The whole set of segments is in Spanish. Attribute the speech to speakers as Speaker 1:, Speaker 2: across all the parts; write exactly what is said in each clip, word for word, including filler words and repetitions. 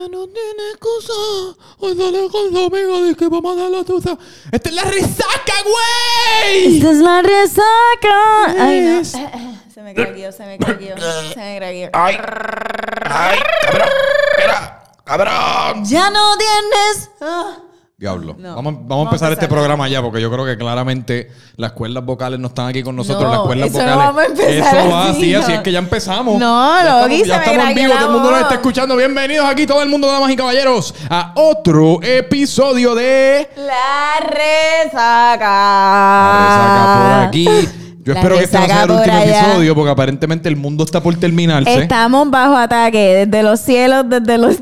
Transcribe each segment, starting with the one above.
Speaker 1: No tiene excusa. Hoy sale con su amigo. Dice que vamos a dar la tusa. ¡Esta es la resaca, güey!
Speaker 2: ¡Esta es la resaca! Ay, no.
Speaker 1: Es-
Speaker 2: Se me craqueó, se me craqueó. Se me craqueó.
Speaker 1: ¡Ay! ¡Ay! ¡Cabrón! ¡Espera! ¡Cabrón!
Speaker 2: ¡Ya no tienes! Ah.
Speaker 1: Diablo.
Speaker 2: No.
Speaker 1: Vamos, vamos a empezar este programa ya, porque yo creo que claramente las cuerdas vocales no están aquí con nosotros.
Speaker 2: No,
Speaker 1: las cuerdas
Speaker 2: eso
Speaker 1: vocales.
Speaker 2: no vamos a empezar
Speaker 1: eso va
Speaker 2: así,
Speaker 1: así,
Speaker 2: no.
Speaker 1: así es que ya empezamos.
Speaker 2: No,
Speaker 1: ya
Speaker 2: Logi,
Speaker 1: estamos, ya
Speaker 2: se me
Speaker 1: estamos en
Speaker 2: craqueó
Speaker 1: vivo,
Speaker 2: la
Speaker 1: todo el mundo nos
Speaker 2: voz.
Speaker 1: está escuchando. Bienvenidos aquí, todo el mundo, damas y caballeros, a otro episodio de
Speaker 2: La resaca.
Speaker 1: La Resaca por aquí. Yo
Speaker 2: La
Speaker 1: espero que este no sea
Speaker 2: resaca
Speaker 1: el
Speaker 2: por
Speaker 1: último
Speaker 2: allá.
Speaker 1: episodio, porque aparentemente el mundo está por terminarse.
Speaker 2: Estamos bajo ataque desde los cielos, desde los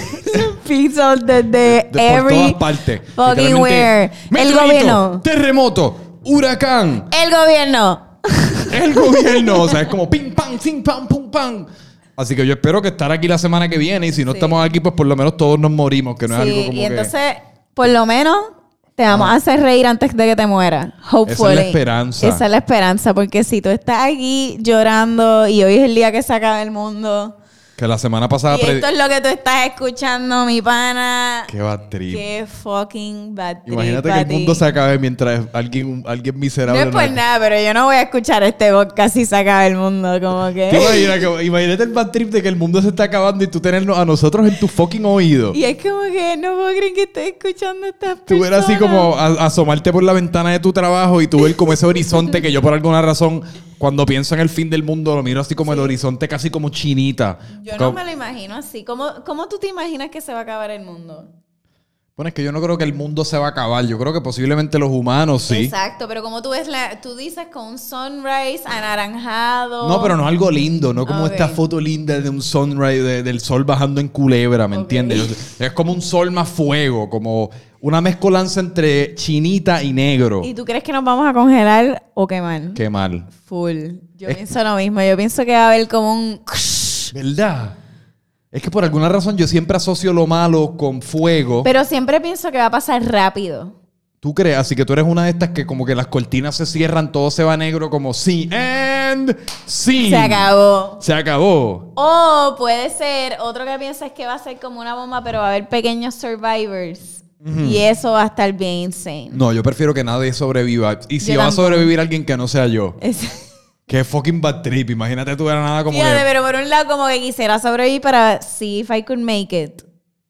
Speaker 2: pisos, desde
Speaker 1: de, por
Speaker 2: every
Speaker 1: todas partes.
Speaker 2: fucking
Speaker 1: Literalmente,
Speaker 2: where. El
Speaker 1: meteorito,
Speaker 2: gobierno.
Speaker 1: terremoto, huracán,
Speaker 2: El gobierno.
Speaker 1: el gobierno. O sea, es como pim, pam, pim, pam, pum, pam. Así que yo espero que estar aquí la semana que viene. Y si no
Speaker 2: Sí.
Speaker 1: estamos aquí, pues por lo menos todos nos morimos. Que no es
Speaker 2: Sí,
Speaker 1: algo como
Speaker 2: y
Speaker 1: que...
Speaker 2: entonces, por lo menos, te vamos a hacer reír antes de que te mueras. Hopefully.
Speaker 1: Esa es la esperanza.
Speaker 2: Esa es la esperanza, porque si tú estás aquí llorando y hoy es el día que se acaba el mundo
Speaker 1: Que la semana pasada...
Speaker 2: y
Speaker 1: predi-
Speaker 2: esto es lo que tú estás escuchando, mi pana,
Speaker 1: Qué bad trip.
Speaker 2: qué fucking bad trip
Speaker 1: Imagínate que
Speaker 2: pa'
Speaker 1: el
Speaker 2: ti.
Speaker 1: mundo se acabe mientras alguien, alguien
Speaker 2: No
Speaker 1: miserable...
Speaker 2: es por
Speaker 1: no-
Speaker 2: nada, pero yo no voy a escuchar este podcast si se acaba el mundo, como
Speaker 1: ¿Te
Speaker 2: que...
Speaker 1: imaginas que- imagínate el bad trip de que el mundo se está acabando y tú tenernos a nosotros en tu fucking oído.
Speaker 2: Y es como que no puedo creer que estoy escuchando estas personas.
Speaker 1: Tú ver así como a- asomarte por la ventana de tu trabajo y tú ver como ese horizonte que yo por alguna razón, cuando pienso en el fin del mundo, lo miro así como el horizonte casi como chinita.
Speaker 2: Yo no
Speaker 1: Como-
Speaker 2: me lo imagino así. ¿Cómo, ¿Cómo tú te imaginas que se va a acabar el mundo?
Speaker 1: Bueno, es que yo no creo que el mundo se va a acabar. Yo creo que posiblemente los humanos sí.
Speaker 2: Exacto, pero como tú ves, la, tú dices con un sunrise anaranjado.
Speaker 1: No, pero no algo lindo, no como
Speaker 2: Ok.
Speaker 1: esta foto linda de un sunrise, de- del sol bajando en Culebra, ¿me
Speaker 2: Ok.
Speaker 1: entiendes? Es como un sol más fuego, como una mezcolanza entre chinita y negro.
Speaker 2: ¿Y tú crees que nos vamos a congelar o quemar?
Speaker 1: Qué mal.
Speaker 2: Full. Yo
Speaker 1: Es-
Speaker 2: pienso lo mismo. Yo pienso que va a haber como un...
Speaker 1: ¿Verdad? Es que por alguna razón yo siempre asocio lo malo con fuego.
Speaker 2: Pero siempre pienso que va a pasar rápido.
Speaker 1: ¿Tú crees? Así que tú eres una de estas que como que las cortinas se cierran, todo se va negro como sí, and sí.
Speaker 2: Se acabó.
Speaker 1: Se acabó.
Speaker 2: O puede ser, otro que piensa es que va a ser como una bomba, pero va a haber pequeños survivors. Y eso va a estar bien insane.
Speaker 1: No, yo prefiero que nadie sobreviva. Y si
Speaker 2: Yo
Speaker 1: va a
Speaker 2: tampoco.
Speaker 1: sobrevivir alguien que no sea yo.
Speaker 2: Es-
Speaker 1: Qué fucking bad trip. Imagínate tú era nada como
Speaker 2: Fíjate,
Speaker 1: que...
Speaker 2: pero por un lado como que quisiera sobrevivir para see if I could make it.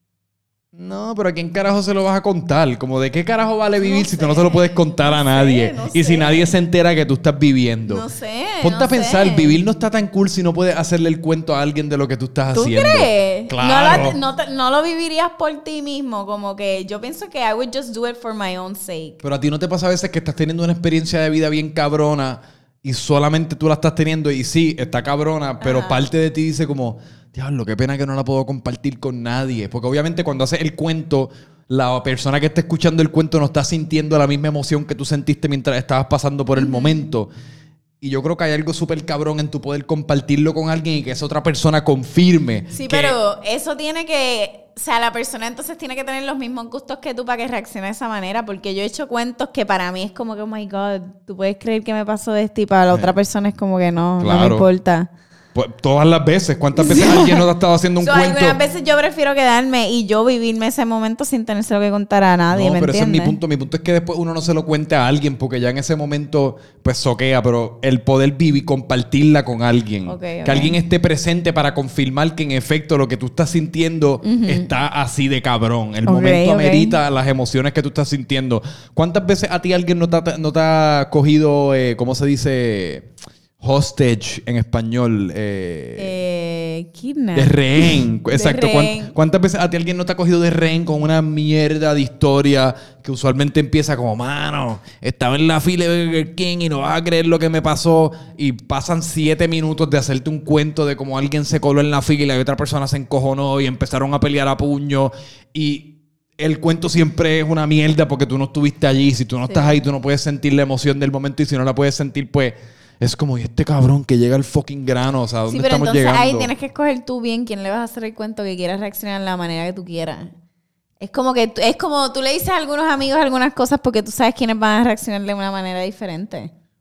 Speaker 1: No, pero ¿a quién carajo se lo vas a contar? Como de qué carajo vale vivir
Speaker 2: No
Speaker 1: si tú
Speaker 2: sé,
Speaker 1: no se lo puedes contar a
Speaker 2: no
Speaker 1: nadie.
Speaker 2: sé, no
Speaker 1: y si
Speaker 2: sé.
Speaker 1: nadie se entera que tú estás viviendo.
Speaker 2: No sé.
Speaker 1: Ponte
Speaker 2: no
Speaker 1: a pensar,
Speaker 2: sé.
Speaker 1: vivir no está tan cool si no puedes hacerle el cuento a alguien de lo que tú estás
Speaker 2: ¿Tú
Speaker 1: haciendo.
Speaker 2: crees?
Speaker 1: Claro.
Speaker 2: No, la- no, te- no lo vivirías por ti mismo. Como que yo pienso que I would just do it for my own sake.
Speaker 1: Pero a ti no te pasa a veces que estás teniendo una experiencia de vida bien cabrona y solamente tú la estás teniendo y sí, está cabrona, pero
Speaker 2: Ajá.
Speaker 1: parte de ti dice como, diablo, qué pena que no la puedo compartir con nadie. Porque obviamente cuando haces el cuento, la persona que está escuchando el cuento no está sintiendo la misma emoción que tú sentiste mientras estabas pasando por el momento. Y yo creo que hay algo súper cabrón en tu poder compartirlo con alguien y que esa otra persona confirme.
Speaker 2: Sí,
Speaker 1: que-
Speaker 2: pero eso tiene que... O sea, la persona entonces tiene que tener los mismos gustos que tú para que reaccione de esa manera. Porque yo he hecho cuentos que para mí es como que, oh my God, tú puedes creer que me pasó de esto y para la otra persona es como que no, no
Speaker 1: Claro.
Speaker 2: me importa.
Speaker 1: Pues, todas las veces. ¿Cuántas veces alguien nos ha estado haciendo un
Speaker 2: So,
Speaker 1: cuento?
Speaker 2: algunas veces yo prefiero quedarme y yo vivirme ese momento sin tenérselo que contar a nadie,
Speaker 1: No,
Speaker 2: ¿me
Speaker 1: pero ese es mi
Speaker 2: entiendes?
Speaker 1: punto. Mi punto es que después uno no se lo cuente a alguien porque ya en ese momento pues soquea, pero el poder vivir y compartirla con alguien.
Speaker 2: Ok,
Speaker 1: que
Speaker 2: ok.
Speaker 1: alguien esté presente para confirmar que en efecto lo que tú estás sintiendo está así de cabrón. El
Speaker 2: Ok,
Speaker 1: momento
Speaker 2: ok.
Speaker 1: amerita las emociones que tú estás sintiendo. ¿Cuántas veces a ti alguien no te, ha- no te ha cogido, eh, ¿cómo se dice? Hostage en español. Eh,
Speaker 2: Eh, kidnap.
Speaker 1: de rehén. Exacto. ¿Cuán-
Speaker 2: rehén.
Speaker 1: ¿Cuántas veces a ti alguien no te ha cogido de rehén con una mierda de historia que usualmente empieza como, mano, estaba en la fila de Burger King y no vas a creer lo que me pasó? Y pasan siete minutos de hacerte un cuento de cómo alguien se coló en la fila y otra persona se encojonó y empezaron a pelear a puño. Y el cuento siempre es una mierda porque tú no estuviste allí. Si tú no
Speaker 2: Sí.
Speaker 1: estás ahí, tú no puedes sentir la emoción del momento y si no la puedes sentir, pues... Es como, y este cabrón que llega al fucking grano, o sea, ¿a dónde
Speaker 2: Sí, pero
Speaker 1: estamos
Speaker 2: entonces
Speaker 1: llegando?
Speaker 2: ahí tienes que escoger tú bien quién le vas a hacer el cuento que quieras reaccionar de la manera que tú quieras. Es como que tú- es como tú le dices a algunos amigos algunas cosas porque tú sabes quiénes van a reaccionar de una manera diferente.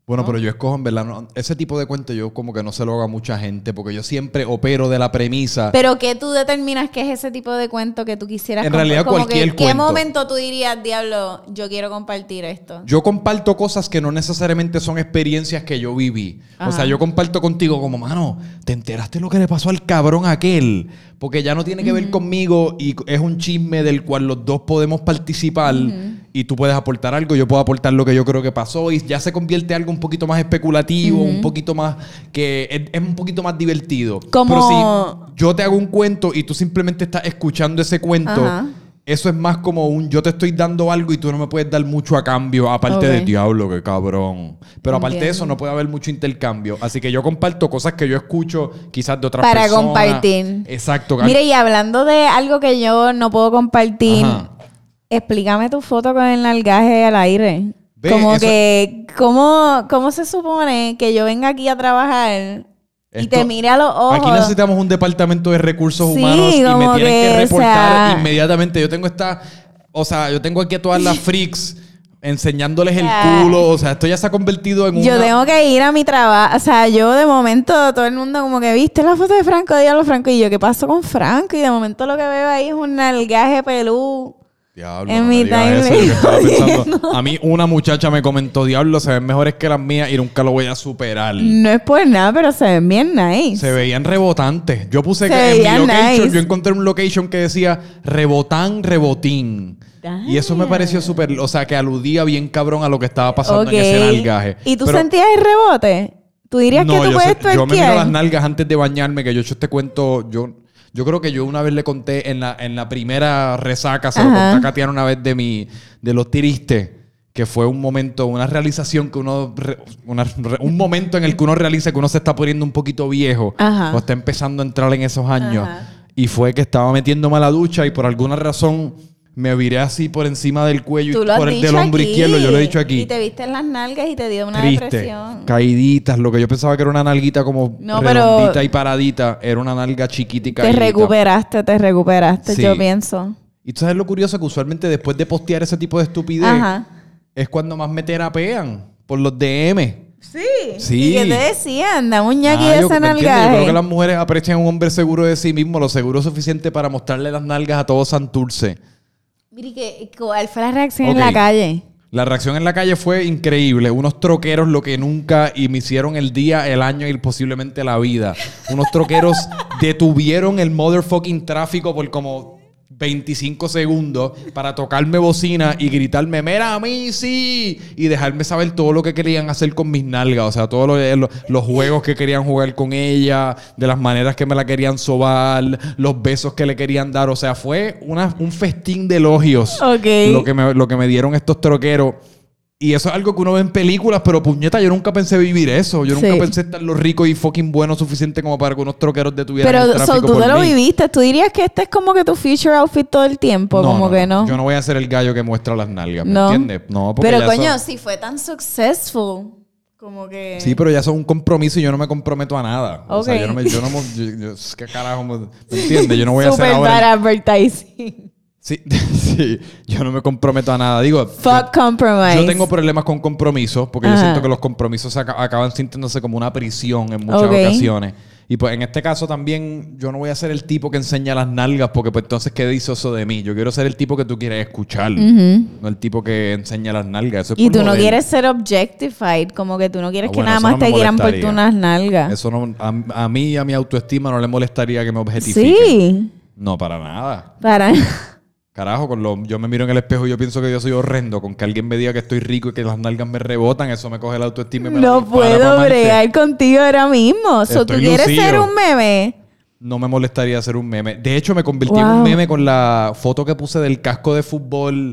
Speaker 1: Bueno,
Speaker 2: ¿no?
Speaker 1: pero yo escojo, en verdad, no, ese tipo de cuento yo como que no se lo hago a mucha gente porque yo siempre opero de la premisa.
Speaker 2: Pero ¿qué tú determinas que es ese tipo de cuento que tú quisieras
Speaker 1: En
Speaker 2: comp-
Speaker 1: realidad,
Speaker 2: como
Speaker 1: cualquier
Speaker 2: que, ¿qué
Speaker 1: cuento.
Speaker 2: momento tú dirías, diablo, yo quiero compartir esto?
Speaker 1: Yo comparto cosas que no necesariamente son experiencias que yo viví.
Speaker 2: Ajá.
Speaker 1: O sea, yo comparto contigo como, mano, ¿te enteraste lo que le pasó al cabrón aquel? Porque ya no tiene que ver
Speaker 2: Uh-huh.
Speaker 1: conmigo y es un chisme del cual los dos podemos participar
Speaker 2: Uh-huh.
Speaker 1: y tú puedes aportar algo, yo puedo aportar lo que yo creo que pasó y ya se convierte en algo un poquito más especulativo,
Speaker 2: Uh-huh.
Speaker 1: un poquito más, que es, es un poquito más divertido.
Speaker 2: Como-
Speaker 1: Pero si yo te hago un cuento y tú simplemente estás escuchando ese cuento...
Speaker 2: Ajá.
Speaker 1: Eso es más como un yo te estoy dando algo y tú no me puedes dar mucho a cambio, aparte
Speaker 2: Ok.
Speaker 1: de diablo, que cabrón. Pero aparte de
Speaker 2: Entiendo.
Speaker 1: eso, no puede haber mucho intercambio. Así que yo comparto cosas que yo escucho quizás de otras
Speaker 2: Para
Speaker 1: personas.
Speaker 2: compartir.
Speaker 1: Exacto.
Speaker 2: Mire, y hablando de algo que yo no puedo compartir,
Speaker 1: Ajá.
Speaker 2: explícame tu foto con el nalgaje al aire.
Speaker 1: Ve,
Speaker 2: Como
Speaker 1: eso-
Speaker 2: que, ¿cómo, ¿cómo se supone que yo venga aquí a trabajar y
Speaker 1: Esto-
Speaker 2: te mire a los ojos?
Speaker 1: Aquí necesitamos un departamento de recursos
Speaker 2: Sí,
Speaker 1: humanos y me
Speaker 2: como
Speaker 1: tienen que,
Speaker 2: que, o
Speaker 1: reportar
Speaker 2: sea-
Speaker 1: inmediatamente. Yo tengo esta... O sea, yo tengo aquí a todas las freaks enseñándoles el
Speaker 2: Ah.
Speaker 1: culo. O sea, esto ya se ha convertido en
Speaker 2: Yo
Speaker 1: una...
Speaker 2: tengo que ir a mi trabajo. O sea, yo de momento, todo el mundo como que viste la foto de Franco, diablo Franco. Y yo, ¿qué pasó con Franco? Y de momento lo que veo ahí es un nalgaje pelú.
Speaker 1: Diablo,
Speaker 2: En
Speaker 1: no
Speaker 2: mi
Speaker 1: me digas eso,
Speaker 2: timeline.
Speaker 1: yo estaba pensando. A mí una muchacha me comentó, diablo, se ven mejores que las mías y nunca lo voy a superar.
Speaker 2: No es por nada, pero se ven bien nice.
Speaker 1: Se veían rebotantes. Yo puse
Speaker 2: Se
Speaker 1: que en mi
Speaker 2: veían
Speaker 1: location,
Speaker 2: nice.
Speaker 1: yo encontré un location que decía rebotán, rebotín. Y eso me pareció súper, o sea, que aludía bien cabrón a lo que estaba pasando
Speaker 2: Ok.
Speaker 1: en ese nalgaje.
Speaker 2: ¿Y tú
Speaker 1: Pero-
Speaker 2: sentías el rebote? ¿Tú dirías
Speaker 1: no,
Speaker 2: que tú
Speaker 1: yo,
Speaker 2: puedes
Speaker 1: sé- yo me miro
Speaker 2: twerkear?
Speaker 1: las nalgas antes de bañarme, que yo he hecho este cuento, yo, yo creo que yo una vez le conté en la, en la primera resaca, se lo
Speaker 2: Ajá.
Speaker 1: conté a Katiana una vez de mi, de los tiristes, que fue un momento, una realización que uno, re- una- re- un momento en el que uno realiza que uno se está poniendo un poquito viejo,
Speaker 2: Ajá.
Speaker 1: o está empezando a entrar en esos años.
Speaker 2: Ajá.
Speaker 1: Y fue que estaba metiéndome a la ducha y por alguna razón me viré así por encima del cuello
Speaker 2: Tú
Speaker 1: y
Speaker 2: lo has
Speaker 1: por el
Speaker 2: dicho
Speaker 1: del hombro
Speaker 2: aquí.
Speaker 1: izquierdo, yo lo he dicho aquí.
Speaker 2: Y te viste en las nalgas y te dio una
Speaker 1: Triste,
Speaker 2: depresión.
Speaker 1: caíditas, lo que yo pensaba que era una nalguita como
Speaker 2: No, pero-
Speaker 1: redondita y paradita, era una nalga chiquita y
Speaker 2: Te
Speaker 1: caídita.
Speaker 2: recuperaste, te recuperaste,
Speaker 1: Sí.
Speaker 2: yo pienso.
Speaker 1: Y tú sabes lo curioso que usualmente después de postear ese tipo de estupidez
Speaker 2: Ajá.
Speaker 1: es cuando más me terapean por los D M.
Speaker 2: Sí.
Speaker 1: Sí.
Speaker 2: ¿Y qué te decían? Dame un ñaqui
Speaker 1: Ah,
Speaker 2: de
Speaker 1: yo,
Speaker 2: ese
Speaker 1: ¿me entiendes? Yo creo que las
Speaker 2: nalgaje.
Speaker 1: mujeres aprecian a un hombre seguro de sí mismo, lo seguro suficiente para mostrarle las nalgas a todo Santurce.
Speaker 2: Mire, ¿qué- ¿cuál fue la reacción
Speaker 1: Ok.
Speaker 2: en la calle?
Speaker 1: La reacción en la calle fue increíble. Unos troqueros lo que nunca y me hicieron el día, el año y posiblemente la vida. Unos troqueros detuvieron el motherfucking tráfico por como veinticinco segundos para tocarme bocina y gritarme, mira a mí sí, y dejarme saber todo lo que querían hacer con mis nalgas, o sea, todos los, los, los juegos que querían jugar con ella, de las maneras que me la querían sobar, los besos que le querían dar, o sea, fue una, un festín de elogios
Speaker 2: Ok.
Speaker 1: lo, que me, lo que me dieron estos troqueros. Y eso es algo que uno ve en películas, pero puñeta, yo nunca pensé vivir eso. Yo nunca
Speaker 2: Sí.
Speaker 1: pensé estar lo rico y fucking bueno suficiente como para que unos troqueros detuvieran el
Speaker 2: Pero
Speaker 1: tráfico
Speaker 2: so, tú
Speaker 1: por
Speaker 2: te lo
Speaker 1: mí.
Speaker 2: viviste. ¿Tú dirías que este es como que tu future outfit todo el tiempo? como que no.
Speaker 1: Yo no voy a ser el gallo que muestra las nalgas, ¿me
Speaker 2: No.
Speaker 1: entiendes? No, porque
Speaker 2: Pero
Speaker 1: ya
Speaker 2: coño,
Speaker 1: son-
Speaker 2: si fue tan successful, como que...
Speaker 1: Sí, pero ya son un compromiso y yo no me comprometo a nada. O sea,
Speaker 2: Ok.
Speaker 1: yo no me... Yo no me yo- yo- ¿Qué carajo? me- ¿Me entiendes? Yo no voy a hacer
Speaker 2: Super
Speaker 1: ahora...
Speaker 2: bad advertising.
Speaker 1: Sí, sí, yo no me comprometo a nada. Digo,
Speaker 2: Fuck
Speaker 1: yo,
Speaker 2: compromise.
Speaker 1: yo tengo problemas con compromisos porque yo
Speaker 2: Ajá.
Speaker 1: siento que los compromisos aca- acaban sintiéndose como una prisión en muchas
Speaker 2: Ok.
Speaker 1: ocasiones. Y pues en este caso también yo no voy a ser el tipo que enseña las nalgas porque pues entonces ¿qué dice eso de mí? Yo quiero ser el tipo que tú quieres escuchar,
Speaker 2: Ujú.
Speaker 1: no el tipo que enseña las nalgas. Eso es
Speaker 2: Y
Speaker 1: por
Speaker 2: tú
Speaker 1: lo
Speaker 2: no
Speaker 1: de él.
Speaker 2: quieres ser objectified, como que tú no quieres
Speaker 1: Ah,
Speaker 2: que
Speaker 1: bueno,
Speaker 2: nada
Speaker 1: eso
Speaker 2: más
Speaker 1: no me
Speaker 2: te quieran por
Speaker 1: molestaría.
Speaker 2: tu unas nalgas.
Speaker 1: Eso no, a, a mí y a mi autoestima no le molestaría que me objetifiquen.
Speaker 2: Sí.
Speaker 1: No, para nada.
Speaker 2: Para...
Speaker 1: Carajo, con lo, yo me miro en el espejo y yo pienso que yo soy horrendo. Con que alguien me diga que estoy rico y que las nalgas me rebotan, eso me coge la autoestima y me la
Speaker 2: No
Speaker 1: dispara pa'
Speaker 2: puedo
Speaker 1: Marte.
Speaker 2: bregar contigo ahora mismo. So, ¿tú
Speaker 1: Estoy
Speaker 2: quieres
Speaker 1: lucido.
Speaker 2: ser un meme?
Speaker 1: No me molestaría hacer un meme. De hecho, me convertí en
Speaker 2: Wow.
Speaker 1: un meme con la foto que puse del casco de fútbol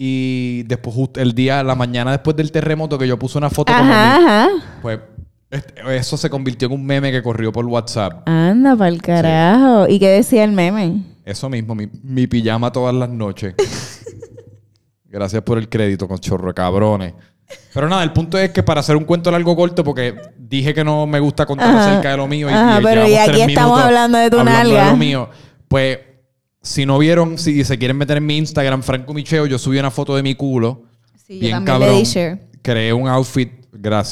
Speaker 1: y después justo el día, la mañana después del terremoto que yo puse una foto como
Speaker 2: Ajá,
Speaker 1: mi-
Speaker 2: ajá.
Speaker 1: pues este- eso se convirtió en un meme que corrió por WhatsApp.
Speaker 2: Anda, pa'l carajo. ¿Y qué decía el meme?
Speaker 1: Eso mismo, mi, mi pijama todas las noches. Gracias por el crédito, con chorro de cabrones. Pero nada, el punto es que para hacer un cuento largo corto, porque dije que no me gusta contar
Speaker 2: Ajá.
Speaker 1: acerca de lo mío y,
Speaker 2: Ajá,
Speaker 1: y
Speaker 2: pero
Speaker 1: llevamos
Speaker 2: y aquí
Speaker 1: tres
Speaker 2: estamos
Speaker 1: minutos
Speaker 2: hablando de tu
Speaker 1: hablando
Speaker 2: nalga.
Speaker 1: de lo mío. Pues, si no vieron, si se quieren meter en mi Instagram, Franco Micheo, yo subí una foto de mi culo.
Speaker 2: Sí, yo
Speaker 1: bien
Speaker 2: también le
Speaker 1: cabrón.
Speaker 2: di share.
Speaker 1: Creé un outfit, gracias.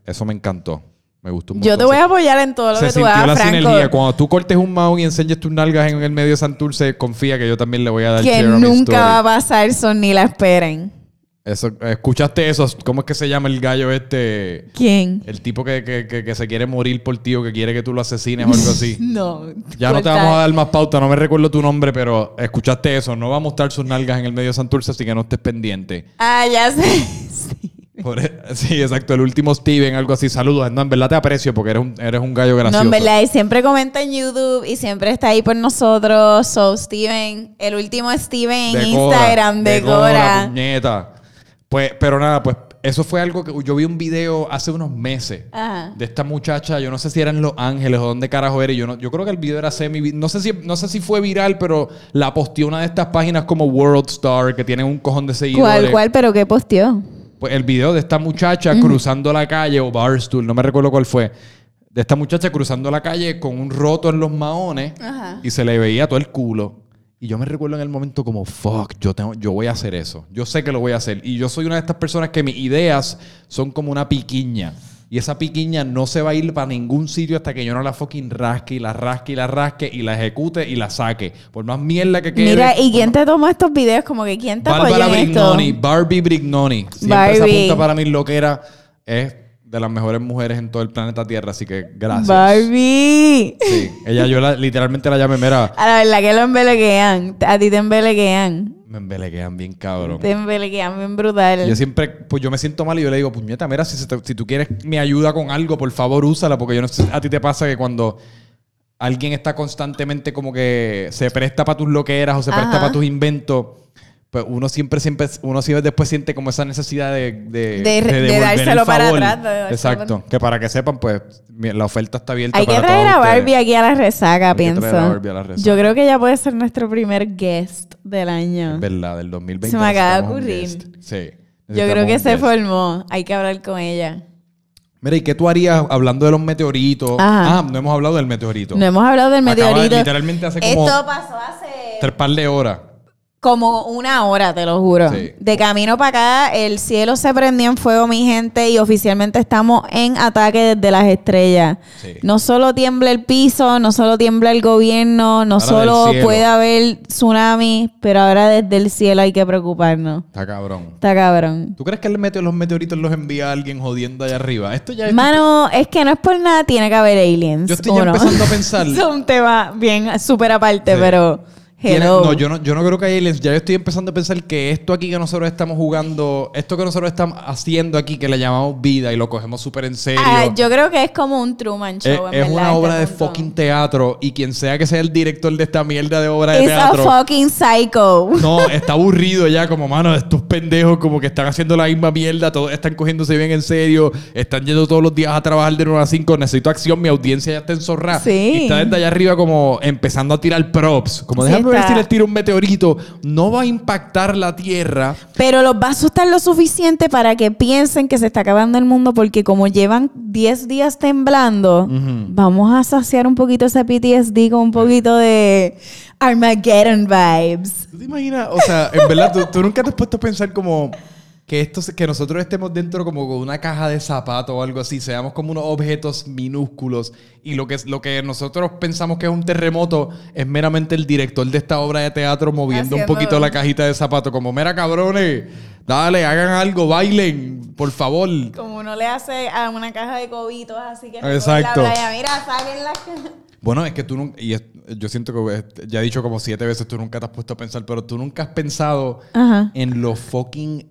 Speaker 1: Eso me encantó. Me gustó un
Speaker 2: Yo te voy a apoyar en todo lo
Speaker 1: Se
Speaker 2: que tú
Speaker 1: sintió
Speaker 2: hagas,
Speaker 1: la
Speaker 2: Franco.
Speaker 1: sinergia. Cuando tú cortes un mouse y enseñes tus nalgas en el medio de Santurce, confía que yo también le voy a dar
Speaker 2: Que
Speaker 1: share a mi
Speaker 2: nunca
Speaker 1: story.
Speaker 2: va a pasar eso, ni la esperen.
Speaker 1: Eso, ¿escuchaste eso? ¿Cómo es que se llama el gallo este?
Speaker 2: ¿Quién?
Speaker 1: El tipo que, que, que, que se quiere morir por ti o que quiere que tú lo asesines o algo así.
Speaker 2: No.
Speaker 1: Ya no te vamos a dar más pauta, no me recuerdo tu nombre, pero escuchaste eso. No va a mostrar sus nalgas en el medio de Santurce, así que no estés pendiente.
Speaker 2: Ah, ya sé. Sí.
Speaker 1: Por e- sí, exacto. El último Steven, algo así. Saludos. No, en verdad te aprecio porque eres un, eres un gallo gracioso.
Speaker 2: No, en verdad, y siempre comenta en YouTube y siempre está ahí por nosotros. So, Steven, el último Steven en Instagram,
Speaker 1: decora,
Speaker 2: decora.
Speaker 1: puñeta. Pues, pero nada, pues eso fue algo que yo vi un video hace unos meses
Speaker 2: Ajá.
Speaker 1: de esta muchacha. Yo no sé si era en Los Ángeles o dónde carajo era. y Yo, no, yo creo que el video era semi. No sé si, no sé si fue viral, pero la posteó una de estas páginas como World Star que tienen un cojón de seguidores.
Speaker 2: ¿Cuál, cuál? ¿Pero qué posteó?
Speaker 1: Pues el video de esta muchacha uh-huh. cruzando la calle, o Barstool, no me recuerdo cuál fue. De esta muchacha cruzando la calle con un roto en los maones. Ajá. Y se le veía todo el culo. Y yo me recuerdo en el momento como, fuck, yo, tengo, yo voy a hacer eso. Yo sé que lo voy a hacer. Y yo soy una de estas personas que mis ideas son como una piquiña. Y esa piquiña no se va a ir para ningún sitio hasta que yo no la fucking rasque y la rasque y la rasque y la ejecute y la saque. Por más mierda que quede.
Speaker 2: Mira, ¿y quién te tomó estos videos? Como que ¿quién te apoya
Speaker 1: Bárbara
Speaker 2: en esto?
Speaker 1: Brignoni, Barbie Brignoni. Siempre
Speaker 2: Barbie.
Speaker 1: esa punta para mí lo que era es de las mejores mujeres en todo el planeta Tierra. Así que gracias.
Speaker 2: Barbie.
Speaker 1: Sí, ella yo la, literalmente la llamé, mira.
Speaker 2: A la verdad que lo embelequean. A ti te embelequean.
Speaker 1: Me embelequean bien cabrón.
Speaker 2: Te embelequean bien brutal.
Speaker 1: Yo siempre, pues yo me siento mal y yo le digo, puñeta, mira, si, se te, si tú quieres mi ayuda con algo, por favor, úsala. Porque yo no sé, a ti te pasa que cuando alguien está constantemente como que se presta para tus loqueras o se
Speaker 2: Ajá.
Speaker 1: presta para tus inventos, pues uno siempre, siempre, uno siempre después siente como esa necesidad de, de,
Speaker 2: De- de
Speaker 1: devolver
Speaker 2: dárselo
Speaker 1: el
Speaker 2: para
Speaker 1: favor.
Speaker 2: atrás, de dárselo
Speaker 1: Exacto.
Speaker 2: para-
Speaker 1: Que para que sepan, pues mi- la oferta está abierta
Speaker 2: Hay que
Speaker 1: para
Speaker 2: traer
Speaker 1: todos
Speaker 2: a
Speaker 1: ustedes.
Speaker 2: Barbie aquí a la resaca,
Speaker 1: Hay que
Speaker 2: pienso.
Speaker 1: traer a Barbie a la resaca.
Speaker 2: Yo creo que ella puede ser nuestro primer guest del año.
Speaker 1: Es verdad, del dos mil veinte.
Speaker 2: Se me acaba de
Speaker 1: necesitamos un
Speaker 2: ocurrir.
Speaker 1: guest. Sí.
Speaker 2: Yo creo
Speaker 1: necesitamos
Speaker 2: que
Speaker 1: un
Speaker 2: se
Speaker 1: guest.
Speaker 2: formó. Hay que hablar con ella.
Speaker 1: Mira, ¿y qué tú harías hablando de los meteoritos?
Speaker 2: Ajá.
Speaker 1: Ah, no hemos hablado del meteorito.
Speaker 2: No hemos hablado del
Speaker 1: Acaba de-
Speaker 2: meteorito.
Speaker 1: literalmente hace como
Speaker 2: Esto pasó hace
Speaker 1: tres par de horas.
Speaker 2: como una hora, te lo juro.
Speaker 1: Sí.
Speaker 2: De camino para acá, el cielo se prendió en fuego, mi gente, y oficialmente estamos en ataque desde las estrellas.
Speaker 1: Sí.
Speaker 2: No solo tiembla el piso, no solo tiembla el gobierno, no
Speaker 1: Ahora
Speaker 2: solo
Speaker 1: del cielo.
Speaker 2: puede haber tsunami, pero ahora desde el cielo hay que preocuparnos.
Speaker 1: Está cabrón.
Speaker 2: Está cabrón.
Speaker 1: ¿Tú crees que el meteo, los meteoritos los envía alguien jodiendo allá arriba? Esto ya es...
Speaker 2: Mano, es que no es por nada, tiene que haber aliens.
Speaker 1: Yo estoy ya
Speaker 2: uno.
Speaker 1: empezando a pensar...
Speaker 2: Es un tema bien súper aparte,
Speaker 1: Sí.
Speaker 2: pero...
Speaker 1: Tiene-
Speaker 2: Hello.
Speaker 1: No, yo no, yo no creo que hay aliens. Ya yo estoy empezando a pensar que esto aquí que nosotros estamos jugando, esto que nosotros estamos haciendo aquí, que le llamamos vida y lo cogemos súper en serio.
Speaker 2: Ah, yo creo que es como un Truman
Speaker 1: es,
Speaker 2: Show, en
Speaker 1: es
Speaker 2: verdad,
Speaker 1: una
Speaker 2: este
Speaker 1: obra de
Speaker 2: punto.
Speaker 1: fucking teatro y quien sea que sea el director de esta mierda de obra de
Speaker 2: It's
Speaker 1: teatro.
Speaker 2: a fucking psycho.
Speaker 1: No, está aburrido ya, como, mano, estos pendejos como que están haciendo la misma mierda, todos están cogiéndose bien en serio, están yendo todos los días a trabajar de nueve a cinco, necesito acción, mi audiencia ya está enzorrada.
Speaker 2: Sí.
Speaker 1: Y está desde allá arriba como empezando a tirar props, como
Speaker 2: Sí,
Speaker 1: déjame ver
Speaker 2: está.
Speaker 1: si les tiro un meteorito, no va a impactar la Tierra.
Speaker 2: Pero los va a asustar lo suficiente para que piensen que se está acabando el mundo porque como llevan diez días temblando,
Speaker 1: Ujú.
Speaker 2: vamos a saciar un poquito ese P T S D con un poquito de Armageddon vibes.
Speaker 1: ¿Tú te imaginas? O sea, en verdad, ¿tú, tú nunca te has puesto a pensar como que esto, se- que nosotros estemos dentro como con una caja de zapatos o algo así, seamos como unos objetos minúsculos y lo que, es- lo que nosotros pensamos que es un terremoto es meramente el director de esta obra de teatro moviendo un
Speaker 2: Haciendo-
Speaker 1: poquito la cajita de zapatos, como, mira cabrones, dale, hagan algo, bailen, por favor.
Speaker 2: Como uno le hace a una caja de cobitos así que
Speaker 1: Exacto.
Speaker 2: en la playa, mira, saquen la...
Speaker 1: Bueno, es que tú nunca, y es- yo siento que eh, ya he dicho como siete veces, tú nunca te has puesto a pensar, pero tú nunca has pensado
Speaker 2: Ajá.
Speaker 1: en lo fucking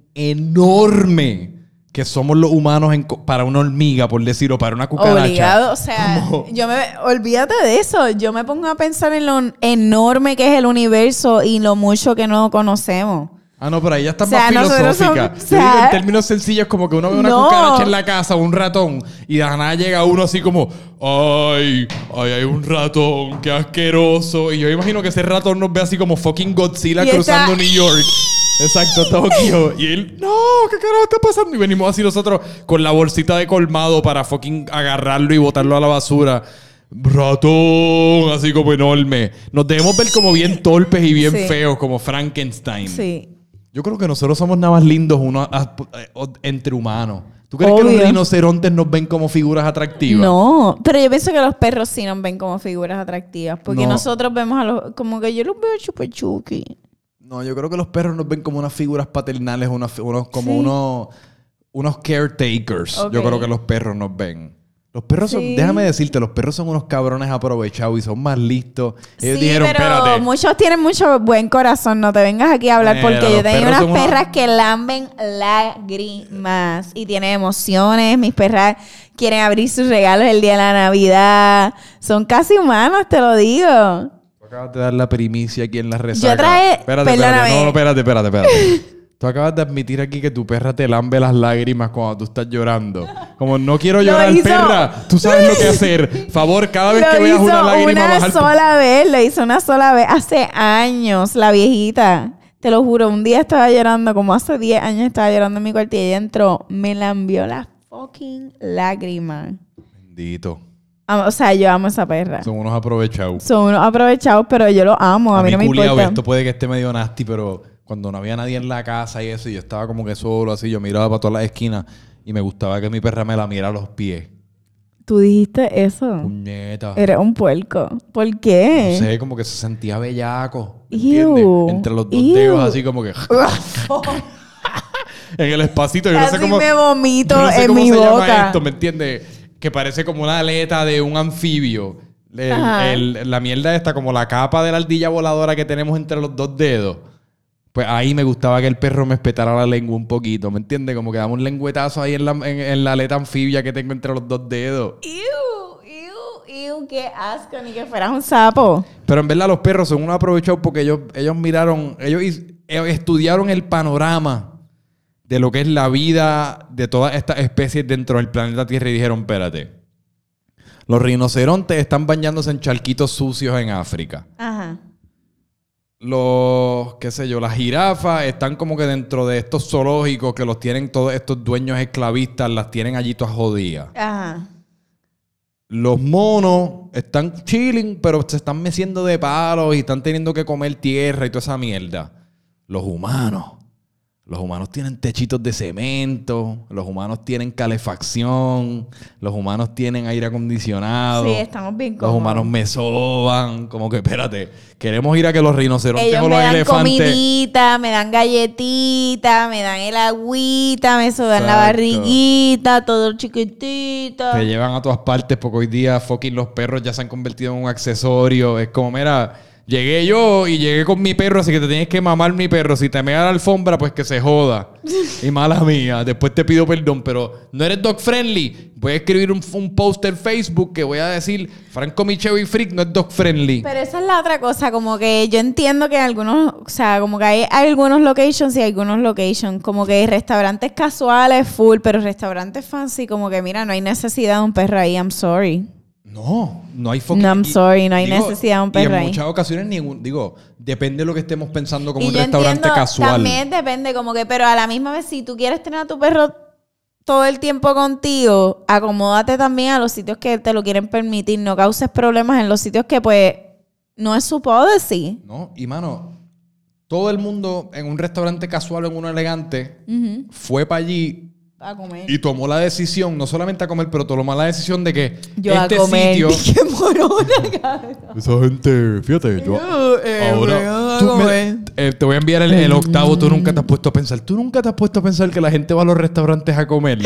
Speaker 1: enorme que somos los humanos en co- para una hormiga, por decir, o para una cucaracha.
Speaker 2: Obligado, o sea,
Speaker 1: Como-
Speaker 2: yo me olvídate de eso. Yo me pongo a pensar en lo enorme que es el universo y lo mucho que no conocemos.
Speaker 1: Ah, no, pero ahí ya está
Speaker 2: O sea,
Speaker 1: más
Speaker 2: nosotros
Speaker 1: filosófica.
Speaker 2: somos- o
Speaker 1: Yo digo
Speaker 2: sea,
Speaker 1: en términos sencillos, como que uno ve una
Speaker 2: no.
Speaker 1: cucaracha en la casa o un ratón y de la nada llega uno así como, ay, ay, hay un ratón, qué asqueroso. Y yo imagino que ese ratón nos ve así como fucking Godzilla
Speaker 2: Y
Speaker 1: cruzando
Speaker 2: está-
Speaker 1: New York. Exacto, Tokio. Y él, no, ¿qué carajo está pasando? Y venimos así nosotros con la bolsita de colmado para fucking agarrarlo y botarlo a la basura. Ratón, así como enorme. Nos debemos ver como bien torpes y bien
Speaker 2: Sí.
Speaker 1: feos, como Frankenstein.
Speaker 2: Sí.
Speaker 1: Yo creo que nosotros somos nada más lindos uno a- a- entre humanos. ¿Tú crees que
Speaker 2: Obvio.
Speaker 1: los rinocerontes nos ven como figuras atractivas?
Speaker 2: No, pero yo pienso que los perros sí nos ven como figuras atractivas. Porque
Speaker 1: No.
Speaker 2: nosotros vemos a los... Como que yo los veo chupa chuki.
Speaker 1: No, yo creo que los perros nos ven como unas figuras paternales, unas, unos, como
Speaker 2: Sí.
Speaker 1: unos, unos caretakers.
Speaker 2: Ok.
Speaker 1: Yo creo que los perros nos ven. Los perros son,
Speaker 2: Sí.
Speaker 1: déjame decirte, los perros son unos cabrones aprovechados y son más listos. Ellos
Speaker 2: Sí,
Speaker 1: dijeron,
Speaker 2: pero
Speaker 1: espérate.
Speaker 2: muchos tienen mucho buen corazón. No te vengas aquí a hablar
Speaker 1: Mira,
Speaker 2: porque
Speaker 1: los
Speaker 2: yo tenía
Speaker 1: perros
Speaker 2: unas
Speaker 1: son unos-
Speaker 2: perras que lamben lágrimas y tienen emociones. Mis perras quieren abrir sus regalos el día de la Navidad. Son casi humanos, te lo digo.
Speaker 1: Tú acabas de dar la primicia aquí en la resaca.
Speaker 2: Yo traje-
Speaker 1: Espérate,
Speaker 2: perdóname.
Speaker 1: espérate. No, no, espérate, espérate, espérate. Tú acabas de admitir aquí que tu perra te lambe las lágrimas cuando tú estás llorando. Como no quiero
Speaker 2: Lo
Speaker 1: llorar,
Speaker 2: hizo-
Speaker 1: perra. Tú sabes lo que hacer. Favor, cada vez que
Speaker 2: Lo
Speaker 1: veas
Speaker 2: hizo
Speaker 1: una lágrima
Speaker 2: una
Speaker 1: bajar...
Speaker 2: sola vez, lo hizo una sola vez hace años, la viejita. Te lo juro, un día estaba llorando, como hace diez años estaba llorando en mi cuarto y ella entró, me lambió las fucking lágrimas.
Speaker 1: Bendito.
Speaker 2: Am- O sea, yo amo a esa perra.
Speaker 1: Son unos aprovechados.
Speaker 2: Son unos aprovechados, pero yo los amo, a, mí no me
Speaker 1: culiao,
Speaker 2: importa.
Speaker 1: esto puede que esté medio nasty, pero cuando no había nadie en la casa y eso, y yo estaba como que solo así, yo miraba para todas las esquinas y me gustaba que mi perra me la mirara a los pies.
Speaker 2: Tú dijiste eso.
Speaker 1: Puñeta.
Speaker 2: Eres un puerco. ¿Por qué?
Speaker 1: No sé, como que se sentía bellaco. ¿Me
Speaker 2: Ew.
Speaker 1: entiendes? Entre los dos
Speaker 2: Ew.
Speaker 1: dedos así como que... en el espacito. Yo no sé
Speaker 2: Casi
Speaker 1: cómo...
Speaker 2: me vomito
Speaker 1: yo no sé
Speaker 2: en
Speaker 1: cómo
Speaker 2: mi
Speaker 1: se llama
Speaker 2: boca.
Speaker 1: esto, ¿me entiendes? Que parece como una aleta de un anfibio. El-
Speaker 2: Ajá.
Speaker 1: el- la mierda esta, como la capa de la ardilla voladora que tenemos entre los dos dedos. Pues ahí me gustaba que el perro me espetara la lengua un poquito, ¿me entiendes? Como que dame un lengüetazo ahí en la, en, en la aleta anfibia que tengo entre los dos dedos.
Speaker 2: Ew, ew, ew, qué asco, ni que fueras un sapo.
Speaker 1: Pero en verdad los perros son unos aprovechados porque ellos, ellos miraron, ellos is- ellos estudiaron el panorama de lo que es la vida de todas estas especies dentro del planeta Tierra y dijeron, espérate, los rinocerontes están bañándose en charquitos sucios en África.
Speaker 2: Ajá.
Speaker 1: Los, qué sé yo, las jirafas están como que dentro de estos zoológicos que los tienen todos estos dueños esclavistas, las tienen allí todas jodidas.
Speaker 2: Ajá.
Speaker 1: Los monos están chilling, pero se están meciendo de palos y están teniendo que comer tierra y toda esa mierda. Los humanos. Los humanos tienen techitos de cemento. Los humanos tienen calefacción. Los humanos tienen aire acondicionado.
Speaker 2: Sí, estamos bien
Speaker 1: Los
Speaker 2: cómodos.
Speaker 1: humanos me soban. Como que, espérate, queremos ir a que los rinocerontes
Speaker 2: Ellos
Speaker 1: o
Speaker 2: me
Speaker 1: los
Speaker 2: dan
Speaker 1: elefantes...
Speaker 2: comidita, me dan galletita, me dan el agüita, me sudan la
Speaker 1: Exacto.
Speaker 2: barriguita, todo chiquitito.
Speaker 1: Te llevan a todas partes porque hoy día fucking los perros ya se han convertido en un accesorio. Es como, mira, llegué yo y llegué con mi perro, así que te tienes que mamar mi perro. Si te mea la alfombra, pues que se joda. Y mala mía, después te pido perdón, pero no eres dog friendly. Voy a escribir un, un post en Facebook que voy a decir, Franco Micheo y Freak no es dog friendly.
Speaker 2: Pero esa es la otra cosa, como que yo entiendo que algunos, o sea, como que hay algunos locations y algunos locations, como que hay restaurantes casuales full, pero restaurantes fancy, como que mira, no hay necesidad de un perro ahí, I'm sorry.
Speaker 1: No, no hay fucking...
Speaker 2: No, I'm
Speaker 1: y-
Speaker 2: sorry, no hay
Speaker 1: digo,
Speaker 2: necesidad de un
Speaker 1: Y
Speaker 2: perro
Speaker 1: en
Speaker 2: ahí.
Speaker 1: muchas ocasiones, ningún, digo, depende de lo que estemos pensando como
Speaker 2: Y
Speaker 1: un
Speaker 2: yo
Speaker 1: restaurante
Speaker 2: entiendo,
Speaker 1: casual.
Speaker 2: También depende, como que, pero a la misma vez, si tú quieres tener a tu perro todo el tiempo contigo, acomódate también a los sitios que te lo quieren permitir. No causes problemas en los sitios que, pues, no es su policy.
Speaker 1: No, y mano, todo el mundo en un restaurante casual o en uno elegante
Speaker 2: Ujú.
Speaker 1: fue para allí
Speaker 2: A comer.
Speaker 1: y tomó la decisión, no solamente a comer, pero tomó la decisión de que
Speaker 2: Yo
Speaker 1: este
Speaker 2: a comer.
Speaker 1: sitio...
Speaker 2: ¡Qué morona, cabrón!
Speaker 1: Esa gente, fíjate, yo...
Speaker 2: Eh,
Speaker 1: Ahora,
Speaker 2: bueno, a
Speaker 1: tú me-
Speaker 2: comer.
Speaker 1: eh, te voy a enviar el, el octavo. Tú nunca te has puesto a pensar. Tú nunca te has puesto a pensar que la gente va a los restaurantes a comer.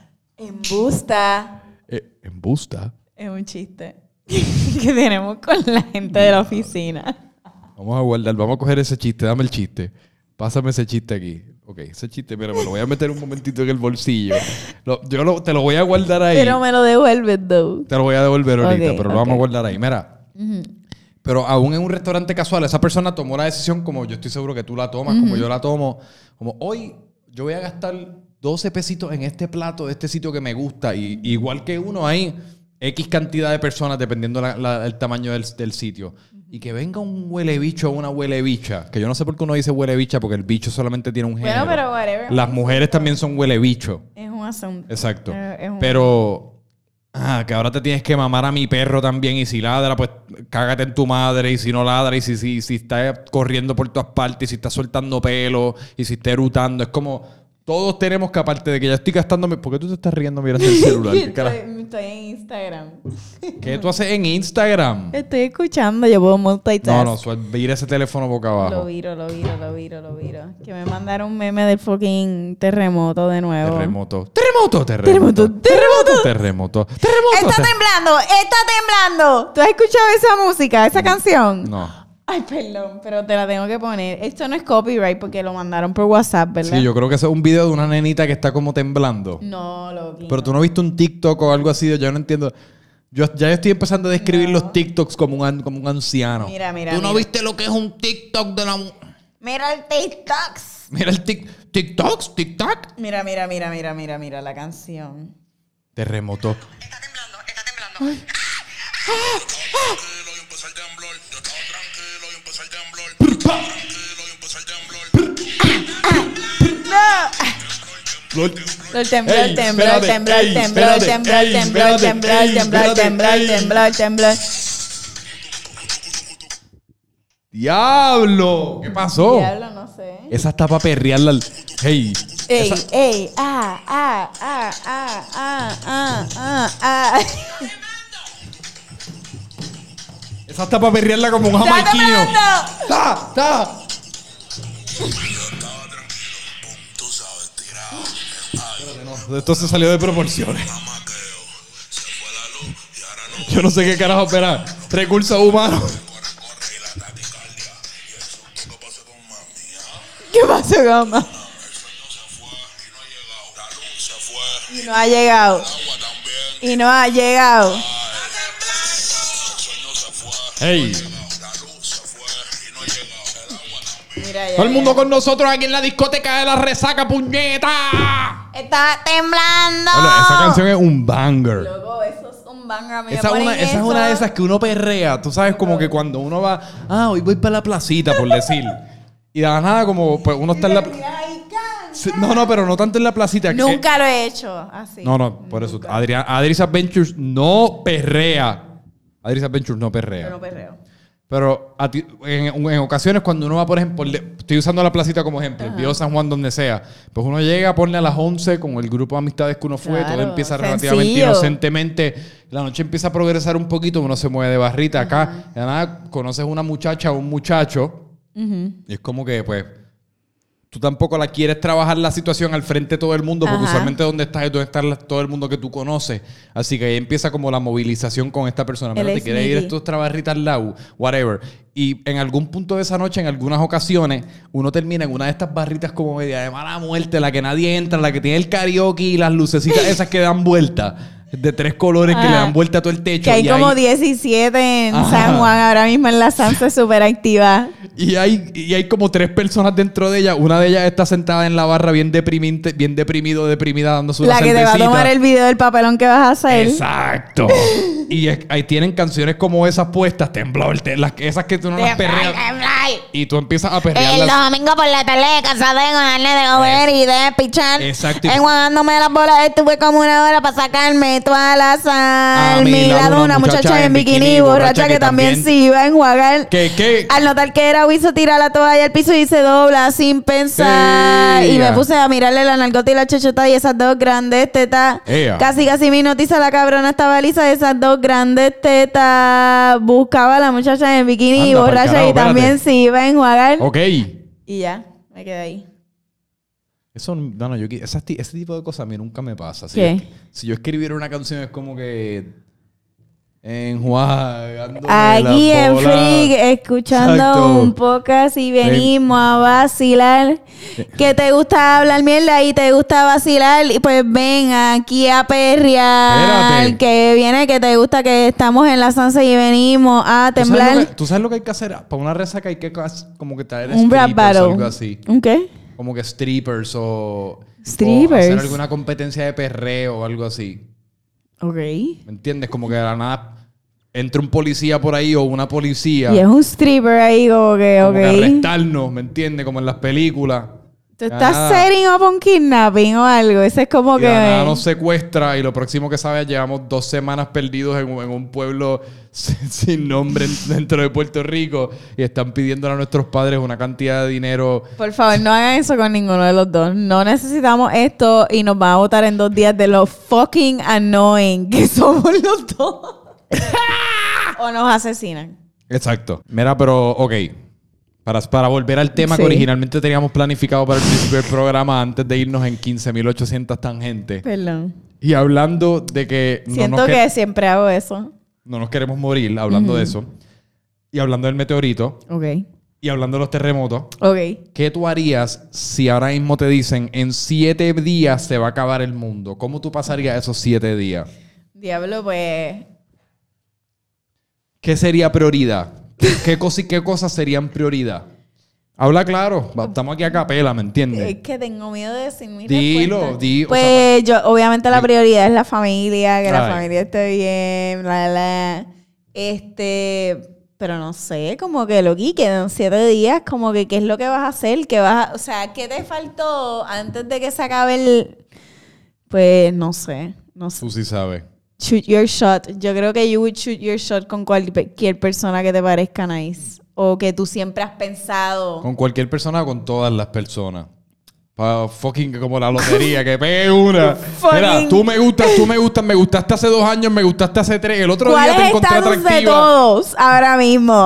Speaker 2: Embusta.
Speaker 1: Eh, en Busta.
Speaker 2: Es un chiste que tenemos con la gente de la oficina.
Speaker 1: Vamos a guardar, vamos a coger ese chiste. Dame el chiste. Pásame ese chiste aquí. Ok, ese chiste, mira, me lo voy a meter un momentito en el bolsillo. Lo- yo lo- te lo voy a guardar ahí.
Speaker 2: Pero me lo devuelves, though.
Speaker 1: Te lo voy a devolver ahorita,
Speaker 2: Ok,
Speaker 1: pero lo
Speaker 2: ok.
Speaker 1: vamos a guardar ahí. Mira. Pero aún en un restaurante casual, esa persona tomó la decisión como yo estoy seguro que tú la tomas, como yo la tomo. Como hoy yo voy a gastar doce pesitos en este plato de este sitio que me gusta. Y igual que uno, hay X cantidad de personas dependiendo la- la- el tamaño del, del sitio. Y que venga un huele bicho o una huele bicha. Que yo no sé por qué uno dice huele bicha porque el bicho solamente tiene un género.
Speaker 2: Bueno, pero whatever.
Speaker 1: Las mujeres también son huele bicho.
Speaker 2: Es un asunto.
Speaker 1: Exacto.
Speaker 2: Eh, es un-
Speaker 1: Pero... Ah, que ahora te tienes que mamar a mi perro también. Y si ladra, pues cágate en tu madre. Y si no ladra, y si, si, si está corriendo por todas partes, y si está soltando pelo, y si está erutando. Es como, Todos tenemos que, aparte de que ya estoy gastándome... ¿Por qué tú te estás riendo mirando el celular? ¿Qué carajo?
Speaker 2: estoy, estoy en Instagram.
Speaker 1: ¿Qué tú haces en Instagram?
Speaker 2: Estoy escuchando, yo puedo multitask.
Speaker 1: No, no, suel- vira ese teléfono boca abajo.
Speaker 2: Lo viro, lo viro, lo viro, lo viro. Que me mandaron un meme del fucking terremoto de nuevo.
Speaker 1: Terremoto. Terremoto, terremoto.
Speaker 2: Terremoto, terremoto.
Speaker 1: Terremoto. Terremoto.
Speaker 2: ¡Está
Speaker 1: ter-
Speaker 2: temblando! ¡Está temblando! ¿Tú has escuchado esa música, esa canción?
Speaker 1: No.
Speaker 2: Ay, perdón, pero te la tengo que poner. Esto no es copyright porque lo mandaron por WhatsApp, ¿verdad?
Speaker 1: Sí, yo creo que ese es un video de una nenita que está como temblando.
Speaker 2: No, lo
Speaker 1: Pero tú no viste un TikTok o algo así, yo no entiendo. Yo ya estoy empezando a describir
Speaker 2: No.
Speaker 1: los TikToks como un, an- como un anciano.
Speaker 2: Mira, mira,
Speaker 1: ¿Tú no
Speaker 2: mira.
Speaker 1: viste lo que es un TikTok de la... mu-
Speaker 2: Mira el TikToks.
Speaker 1: Mira el tic... TikToks, TikTok.
Speaker 2: Mira, mira, mira, mira, mira, mira la canción.
Speaker 1: Terremoto.
Speaker 3: Está temblando, está temblando. Tranquilo y empezó el temblor. Yo estaba tranquilo y empezó el temblor. Tranquilo y empezó el temblor.
Speaker 2: ¡No! El temblor,
Speaker 1: Ey,
Speaker 2: el temblor, el
Speaker 1: espérate,
Speaker 2: temblor, el
Speaker 1: ey,
Speaker 2: temblor, el
Speaker 1: espérate,
Speaker 2: temblor, el
Speaker 1: ey,
Speaker 2: temblor, el
Speaker 1: espérate,
Speaker 2: temblor, el
Speaker 1: ey,
Speaker 2: temblor, el
Speaker 1: espérate,
Speaker 2: temblor, el
Speaker 1: ey.
Speaker 2: temblor, el temblor.
Speaker 1: ¡Diablo! ¿Qué pasó?
Speaker 2: Diablo, no sé.
Speaker 1: Esa está para perrearla. al- Hey.
Speaker 2: Ey,
Speaker 1: esa-
Speaker 2: ey, ah, ah, ah, ah, ah, ah, ah, ah.
Speaker 1: Esa está para perrearla como un
Speaker 2: ¡Está
Speaker 1: jamaiquino.
Speaker 2: temblando!
Speaker 1: ¡Ta! ¡Ta!
Speaker 3: Tú sabes, tirado.
Speaker 1: No, esto se salió de proporciones.
Speaker 3: Maqueo. Se fue la luz y ahora no
Speaker 1: Yo no sé qué carajo, espera. Recursos humanos.
Speaker 3: corre, corre y la taquicardia. Y eso, ¿qué pasa con mami? ¿Ah?
Speaker 2: ¿Qué pasó, gama?
Speaker 3: El sueño se fue y no ha llegado. La luz se fue,
Speaker 2: Y no ha llegado.
Speaker 3: el agua también.
Speaker 2: Y no ha llegado.
Speaker 3: El sueño se fue,
Speaker 1: Hey.
Speaker 3: la luz se fue y no ha llegado. El agua también.
Speaker 2: Mira ya.
Speaker 1: Todo el mundo con nosotros aquí en la discoteca de la resaca, puñeta.
Speaker 2: Está temblando.
Speaker 1: Bueno, esa canción es un banger.
Speaker 2: Loco, eso es un banger. A mí me
Speaker 1: Esa es,
Speaker 2: ponen
Speaker 1: una, esa es
Speaker 2: eso.
Speaker 1: una de esas que uno perrea. Tú sabes, como que cuando uno va, ah, hoy voy para la placita, por decir. Y de la nada, como pues, uno está en la.
Speaker 2: Ay, can-
Speaker 1: Sí, No, no, pero no tanto en la placita. que-
Speaker 2: Nunca lo he hecho así.
Speaker 1: No, no, por eso. Adrián, Adris Adventures no perrea. Adris Adventures no perrea.
Speaker 2: Yo no perreo.
Speaker 1: Pero a ti- en, en ocasiones cuando uno va, por ejemplo, le- estoy usando la placita como ejemplo, el Viejo San Juan, donde sea, pues uno llega, ponle a las once con el grupo de amistades que uno fue,
Speaker 2: Claro,
Speaker 1: todo empieza
Speaker 2: sencillo.
Speaker 1: relativamente inocentemente, la noche empieza a progresar un poquito, uno se mueve de barrita acá, y nada, conoces una muchacha o un muchacho, y es como que, pues, tú tampoco la quieres trabajar la situación al frente de todo el mundo, porque
Speaker 2: Ajá.
Speaker 1: usualmente donde estás es donde está la- todo el mundo que tú conoces. Así que ahí empieza como la movilización con esta persona. Mira,
Speaker 2: Él
Speaker 1: te
Speaker 2: es
Speaker 1: quieres ir a
Speaker 2: needy.
Speaker 1: estos trabarritas al lado, whatever. Y en algún punto de esa noche, en algunas ocasiones, uno termina en una de estas barritas como media de mala muerte, la que nadie entra, la que tiene el karaoke y las lucecitas esas que dan vuelta, de tres colores que
Speaker 2: Ajá.
Speaker 1: le dan vuelta a todo el techo.
Speaker 2: Que hay
Speaker 1: y
Speaker 2: como
Speaker 1: ahí-
Speaker 2: diecisiete en
Speaker 1: Ajá.
Speaker 2: San Juan ahora mismo en la Sanse súper activa.
Speaker 1: Y hay, y hay como tres personas dentro de ella. Una de ellas está sentada en la barra bien deprimente, bien deprimido, deprimida, dándose una
Speaker 2: La que te va a
Speaker 1: cervecita.
Speaker 2: tomar el video del papelón que vas a hacer.
Speaker 1: Exacto. Y es- ahí tienen canciones como esas puestas, temblor, te- las, esas que tú no las perreas. Y tú empiezas a
Speaker 2: El
Speaker 1: perrearlas.
Speaker 2: domingo por la tarde cansada de ganarle de comer y de pichar.
Speaker 1: Exacto.
Speaker 2: Enjuagándome las bolas, estuve como una hora para sacarme toda la sal.
Speaker 1: A mi
Speaker 2: mi
Speaker 1: lado
Speaker 2: lado una muchacha en bikini borracha que también se iba a enjuagar.
Speaker 1: ¿Qué, qué?
Speaker 2: Al notar que era hizo tirar la toalla al piso y se dobla sin pensar.
Speaker 1: Ea.
Speaker 2: Y me puse a mirarle la nalgota y la chochota y esas dos grandes tetas.
Speaker 1: Ea.
Speaker 2: Casi, casi me hipnotiza la cabrona estaba lisa. Esas dos grandes tetas. Buscaba a la muchacha en bikini
Speaker 1: Anda, pa'l
Speaker 2: borracha
Speaker 1: carajo,
Speaker 2: y también
Speaker 1: espérate.
Speaker 2: se iba a enjuagar.
Speaker 1: Ok.
Speaker 2: Y ya, me quedé ahí.
Speaker 1: Eso, no, no, yo, qui- esas ti- ese tipo de cosas a mí nunca me pasa. Si
Speaker 2: ¿Qué?
Speaker 1: Yo, si yo escribiera una canción es como que... Enjuagándome
Speaker 2: Aquí
Speaker 1: la
Speaker 2: en
Speaker 1: bola.
Speaker 2: Freak, escuchando
Speaker 1: Exacto.
Speaker 2: un podcast y venimos a vacilar. Que te gusta hablar mierda y te gusta vacilar, y pues ven aquí a perrear.
Speaker 1: Espérate.
Speaker 2: Que viene, que te gusta que estamos en la Sanse y venimos a
Speaker 1: ¿Tú sabes,
Speaker 2: temblar.
Speaker 1: lo que, tú sabes lo que hay que hacer? Para una resaca hay que cas- como que traer
Speaker 2: Un rap
Speaker 1: strippers o
Speaker 2: battle.
Speaker 1: algo así.
Speaker 2: ¿Un qué?
Speaker 1: Como que strippers o...
Speaker 2: Strippers.
Speaker 1: o hacer alguna competencia de perreo o algo así.
Speaker 2: Ok.
Speaker 1: ¿Me entiendes? Como que de la nada entra un policía por ahí o una policía.
Speaker 2: Y es un stripper ahí, como que,
Speaker 1: como que
Speaker 2: ok.
Speaker 1: arrestarnos, ¿me entiendes? Como en las películas.
Speaker 2: ¿Tú ¿Tú estás
Speaker 1: Nada.
Speaker 2: setting up un kidnapping o algo? Ese es como
Speaker 1: Y
Speaker 2: que...
Speaker 1: de la nada nos secuestra y lo próximo que sabe llevamos dos semanas perdidos en, un- en un pueblo sin, sin nombre en- dentro de Puerto Rico y están pidiéndole a nuestros padres una cantidad de dinero.
Speaker 2: Por favor, no hagan eso con ninguno de los dos. No necesitamos esto y nos van a votar en dos días de lo fucking annoying que somos los dos. O nos asesinan.
Speaker 1: Exacto. Mira, pero ok. Para, para volver al tema
Speaker 2: Sí.
Speaker 1: que originalmente teníamos planificado para el principio del programa antes de irnos en quince mil ochocientas tangentes.
Speaker 2: Perdón.
Speaker 1: Y hablando de que no
Speaker 2: Siento
Speaker 1: nos,
Speaker 2: que
Speaker 1: que-
Speaker 2: siempre hago eso.
Speaker 1: no nos queremos morir, hablando de eso. Y hablando del meteorito.
Speaker 2: Ok.
Speaker 1: Y hablando de los terremotos.
Speaker 2: Ok.
Speaker 1: ¿Qué tú harías si ahora mismo te dicen en siete días se va a acabar el mundo? ¿Cómo tú pasarías esos siete días?
Speaker 2: Diablo, pues...
Speaker 1: ¿Qué sería prioridad? ¿Qué, cos- qué cosas serían prioridad? Habla claro. Va- Estamos aquí a capela, ¿me entiendes?
Speaker 2: Es que tengo miedo de decir mi
Speaker 1: Dilo,
Speaker 2: respuesta.
Speaker 1: di, o
Speaker 2: Pues
Speaker 1: sea,
Speaker 2: yo, obviamente la
Speaker 1: di-
Speaker 2: prioridad es la familia, que la
Speaker 1: Ay.
Speaker 2: familia esté bien, bla, bla, bla. Este, pero no sé, como que lo que quedan siete días, como que qué es lo que vas a hacer, qué vas a, o sea, ¿qué te faltó antes de que se acabe el, pues no sé, no sé.
Speaker 1: Tú sí sabes.
Speaker 2: Shoot your shot. Yo creo que you would shoot your shot con cualquier persona que te parezca nice. O que tú siempre has pensado.
Speaker 1: Con cualquier persona o con todas las personas. Pa fucking como la lotería, que pegue una.
Speaker 2: Fucking-
Speaker 1: Mira, tú me gustas, tú me gustas, me gustaste hace dos años, me gustaste hace tres. El otro
Speaker 2: ¿Cuál
Speaker 1: día te
Speaker 2: es el
Speaker 1: encontré
Speaker 2: estatus de
Speaker 1: atractiva.
Speaker 2: todos ahora mismo?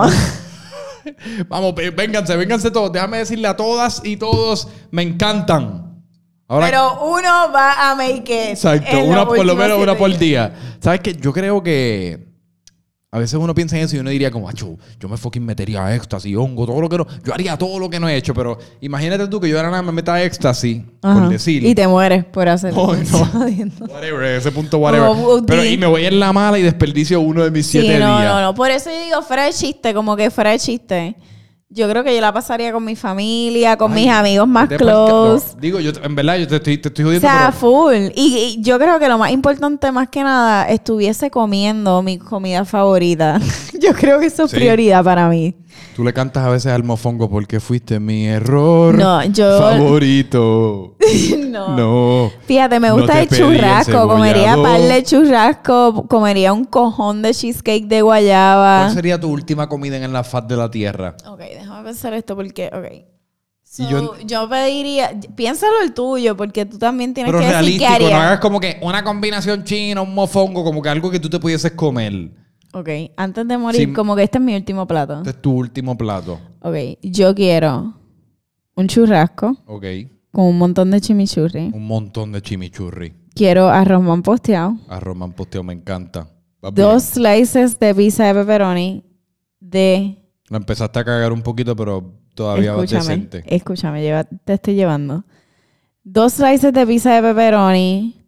Speaker 1: Vamos, ve- vénganse, vénganse todos. Déjame decirle a todas y todos, me encantan. Ahora,
Speaker 2: Pero uno va a make it.
Speaker 1: exacto,
Speaker 2: en
Speaker 1: una
Speaker 2: los
Speaker 1: por lo
Speaker 2: últimos
Speaker 1: menos una
Speaker 2: siete
Speaker 1: por
Speaker 2: días.
Speaker 1: día. ¿Sabes qué? Yo creo que a veces uno piensa en eso y uno diría como, acho, yo me fucking metería a éxtasis, hongo, todo lo que no... Yo haría todo lo que no he hecho, pero imagínate tú que yo ahora nada me meta a éxtasis,
Speaker 2: Ajá.
Speaker 1: por decir...
Speaker 2: Y te mueres por hacerlo.
Speaker 1: No, no. Whatever, ese punto whatever.
Speaker 2: Oh, oh,
Speaker 1: pero
Speaker 2: di-
Speaker 1: y me voy en la mala y desperdicio uno de mis
Speaker 2: Sí,
Speaker 1: siete
Speaker 2: no,
Speaker 1: días.
Speaker 2: no, no. Por eso yo digo fuera de chiste, como que fuera de chiste. Yo creo que yo la pasaría con mi familia, con
Speaker 1: Ay,
Speaker 2: mis amigos más
Speaker 1: vete pa'l ca-
Speaker 2: close.
Speaker 1: no, digo, yo en verdad yo te estoy, te estoy
Speaker 2: O
Speaker 1: jodiendo,
Speaker 2: sea,
Speaker 1: pero
Speaker 2: full. Y, y yo creo que lo más importante, más que nada, estuviese comiendo mi comida favorita. Yo creo que eso es
Speaker 1: Sí.
Speaker 2: prioridad para mí.
Speaker 1: tú le cantas a veces al mofongo porque fuiste mi error
Speaker 2: No, yo-
Speaker 1: favorito.
Speaker 2: No.
Speaker 1: No.
Speaker 2: Fíjate, me
Speaker 1: No
Speaker 2: gusta
Speaker 1: te
Speaker 2: el
Speaker 1: pedí el
Speaker 2: churrasco. Comería
Speaker 1: cebollado.
Speaker 2: par de churrasco. Comería un cojón de cheesecake de guayaba.
Speaker 1: ¿Cuál sería tu última comida en la faz de la tierra?
Speaker 2: Ok, déjame pensar esto porque, ok. So,
Speaker 1: Y yo-
Speaker 2: yo, pediría, piénsalo el tuyo, porque tú también tienes
Speaker 1: Pero
Speaker 2: que decir qué
Speaker 1: realístico, no
Speaker 2: harías.
Speaker 1: hagas como que una combinación china, un mofongo, como que algo que tú te pudieses comer.
Speaker 2: Ok, antes de morir,
Speaker 1: Sí.
Speaker 2: como que este es mi último plato.
Speaker 1: Este es tu último plato.
Speaker 2: Ok, yo quiero un churrasco
Speaker 1: Ok.
Speaker 2: con un montón de chimichurri.
Speaker 1: Un montón de chimichurri.
Speaker 2: Quiero arroz manposteado.
Speaker 1: Arroz manposteo me encanta. Va bien.
Speaker 2: Dos slices de pizza de pepperoni de...
Speaker 1: La empezaste a cagar un poquito, pero todavía va
Speaker 2: Escúchame,
Speaker 1: decente.
Speaker 2: escúchame, lleva- te estoy llevando. Dos slices de pizza de pepperoni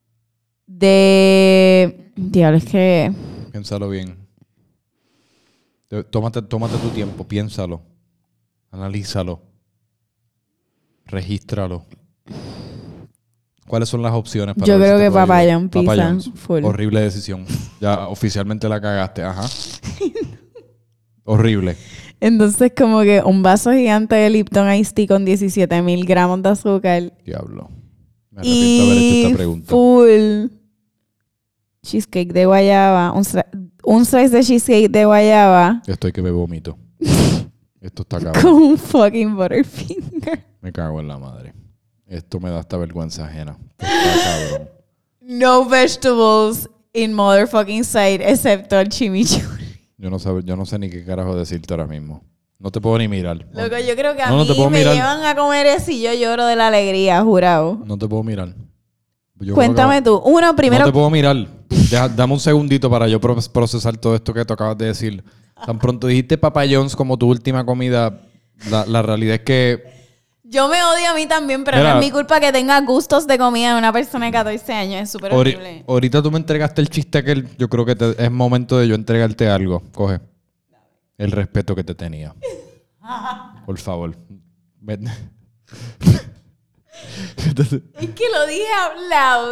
Speaker 2: de... Diablo, es que...
Speaker 1: Piénsalo bien. Te- Tómate, tómate tu tiempo, piénsalo. Analízalo. Regístralo. ¿Cuáles son las opciones para
Speaker 2: Yo
Speaker 1: ver si
Speaker 2: creo
Speaker 1: te
Speaker 2: que
Speaker 1: puedo
Speaker 2: Papa
Speaker 1: ayudar?
Speaker 2: John
Speaker 1: Papa
Speaker 2: pizza,
Speaker 1: John's.
Speaker 2: full.
Speaker 1: Horrible decisión. Ya oficialmente la cagaste. Ajá. Horrible.
Speaker 2: Entonces, como que un vaso gigante de Lipton Ice Tea con diecisiete mil gramos de azúcar.
Speaker 1: Diablo. Me arrepiento de haber hecho
Speaker 2: Y
Speaker 1: esta pregunta.
Speaker 2: full cheesecake de guayaba. Un, sli- un slice de cheesecake de guayaba
Speaker 1: Estoy que me vomito. Esto está
Speaker 2: con
Speaker 1: cabrón.
Speaker 2: un fucking Butterfinger.
Speaker 1: Me cago en la madre. Esto me da hasta vergüenza ajena. Esto está cabrón.
Speaker 2: No vegetables in motherfucking sight excepto el chimichurri.
Speaker 1: Yo no, sabe, yo no sé ni qué carajo decirte ahora mismo. No te puedo ni mirar.
Speaker 2: Loco, yo creo que a
Speaker 1: No, no
Speaker 2: mí
Speaker 1: te puedo
Speaker 2: me
Speaker 1: mirar.
Speaker 2: llevan a comer eso y yo lloro de la alegría, jurado.
Speaker 1: No te puedo mirar. Yo creo
Speaker 2: Cuéntame
Speaker 1: que-
Speaker 2: tú. Uno, primero...
Speaker 1: No te puedo mirar. Deja- dame un segundito para yo pro- procesar todo esto que tú acabas de decir. Tan pronto dijiste Papa John's como tu última comida, la, la realidad es que...
Speaker 2: Yo me odio a mí también, pero
Speaker 1: Mira,
Speaker 2: no es mi culpa que tenga gustos de comida de una persona de catorce años. Es súper
Speaker 1: ori-
Speaker 2: horrible.
Speaker 1: ahorita tú me entregaste el chiste aquel. Yo creo que te- es momento de yo entregarte algo. Coge. El respeto que te tenía. Por favor. Ven.
Speaker 2: Es que lo dije out loud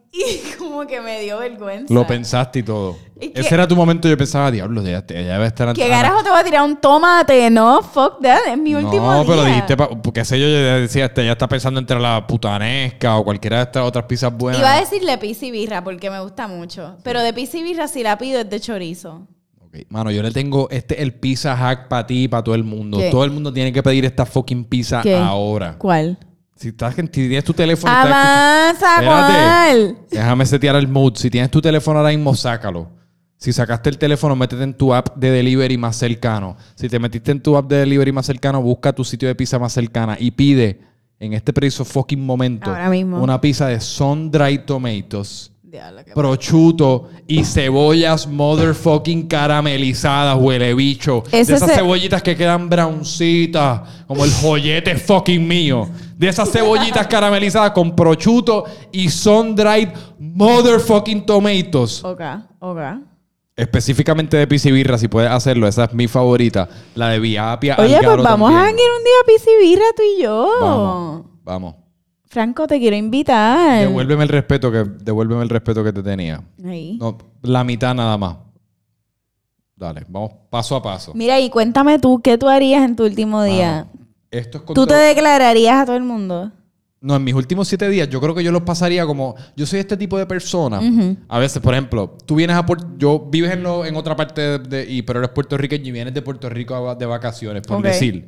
Speaker 2: Y como que me dio vergüenza.
Speaker 1: Lo pensaste y todo.
Speaker 2: Es que-
Speaker 1: Ese era tu momento. Yo pensaba, diablo, ya, ya debe estar...
Speaker 2: ¿Qué carajo te voy a tirar un tomate? No, fuck that. Es mi último día.
Speaker 1: No, pero dijiste, pa- qué sé yo, yo decía, este, ya está pensando entre la putanesca o cualquiera de estas otras pizzas buenas.
Speaker 2: Iba a decirle pizza y birra porque me gusta mucho. Pero de pizza y birra si la pido es de chorizo.
Speaker 1: Ok, mano, yo le tengo este el pizza hack para ti y para todo el mundo.
Speaker 2: ¿Qué?
Speaker 1: Todo el mundo tiene que pedir esta fucking pizza
Speaker 2: ¿Qué?
Speaker 1: ahora.
Speaker 2: ¿Cuál?
Speaker 1: Si, estás, si tienes tu teléfono... y estás
Speaker 2: Avanza,
Speaker 1: escuchando-
Speaker 2: ¿cuál?
Speaker 1: Déjame setear el mood. Si tienes tu teléfono ahora mismo, sácalo. Si sacaste el teléfono, métete en tu app de delivery más cercano. Si te metiste en tu app de delivery más cercano, busca tu sitio de pizza más cercana y pide en este preciso fucking momento
Speaker 2: Ahora mismo.
Speaker 1: una pizza de sun-dried tomatoes,
Speaker 2: Diablo, qué
Speaker 1: prosciutto y cebollas motherfucking caramelizadas, huele bicho.
Speaker 2: Ese
Speaker 1: de esas
Speaker 2: se-
Speaker 1: cebollitas que quedan browncitas, como el joyete fucking mío. De esas cebollitas caramelizadas con prosciutto y sun-dried motherfucking tomatoes.
Speaker 2: Ok, ok.
Speaker 1: Específicamente de pizza y birra, si puedes hacerlo. Esa es mi favorita. La de Viapia.
Speaker 2: Oye,
Speaker 1: Algaro
Speaker 2: pues vamos
Speaker 1: también.
Speaker 2: a hangar un día a pizza y birra tú y yo.
Speaker 1: Vamos, vamos.
Speaker 2: Franco, te quiero invitar.
Speaker 1: Devuélveme el respeto que, devuélveme el respeto que te tenía.
Speaker 2: Ahí.
Speaker 1: No, la mitad nada más. Dale, vamos paso a paso.
Speaker 2: Mira, y cuéntame tú, ¿qué tú harías en tu último día?
Speaker 1: Mano, esto es con
Speaker 2: ¿Tú te
Speaker 1: todo-
Speaker 2: declararías a todo el mundo?
Speaker 1: No, en mis últimos siete días yo creo que yo los pasaría como... Yo soy este tipo de persona.
Speaker 2: Ujú.
Speaker 1: A veces, por ejemplo, tú vienes a Puerto... Yo vives en, lo- en otra parte de, de- y, pero eres puertorriqueño y vienes de Puerto Rico a- de vacaciones, por
Speaker 2: Ok.
Speaker 1: decir.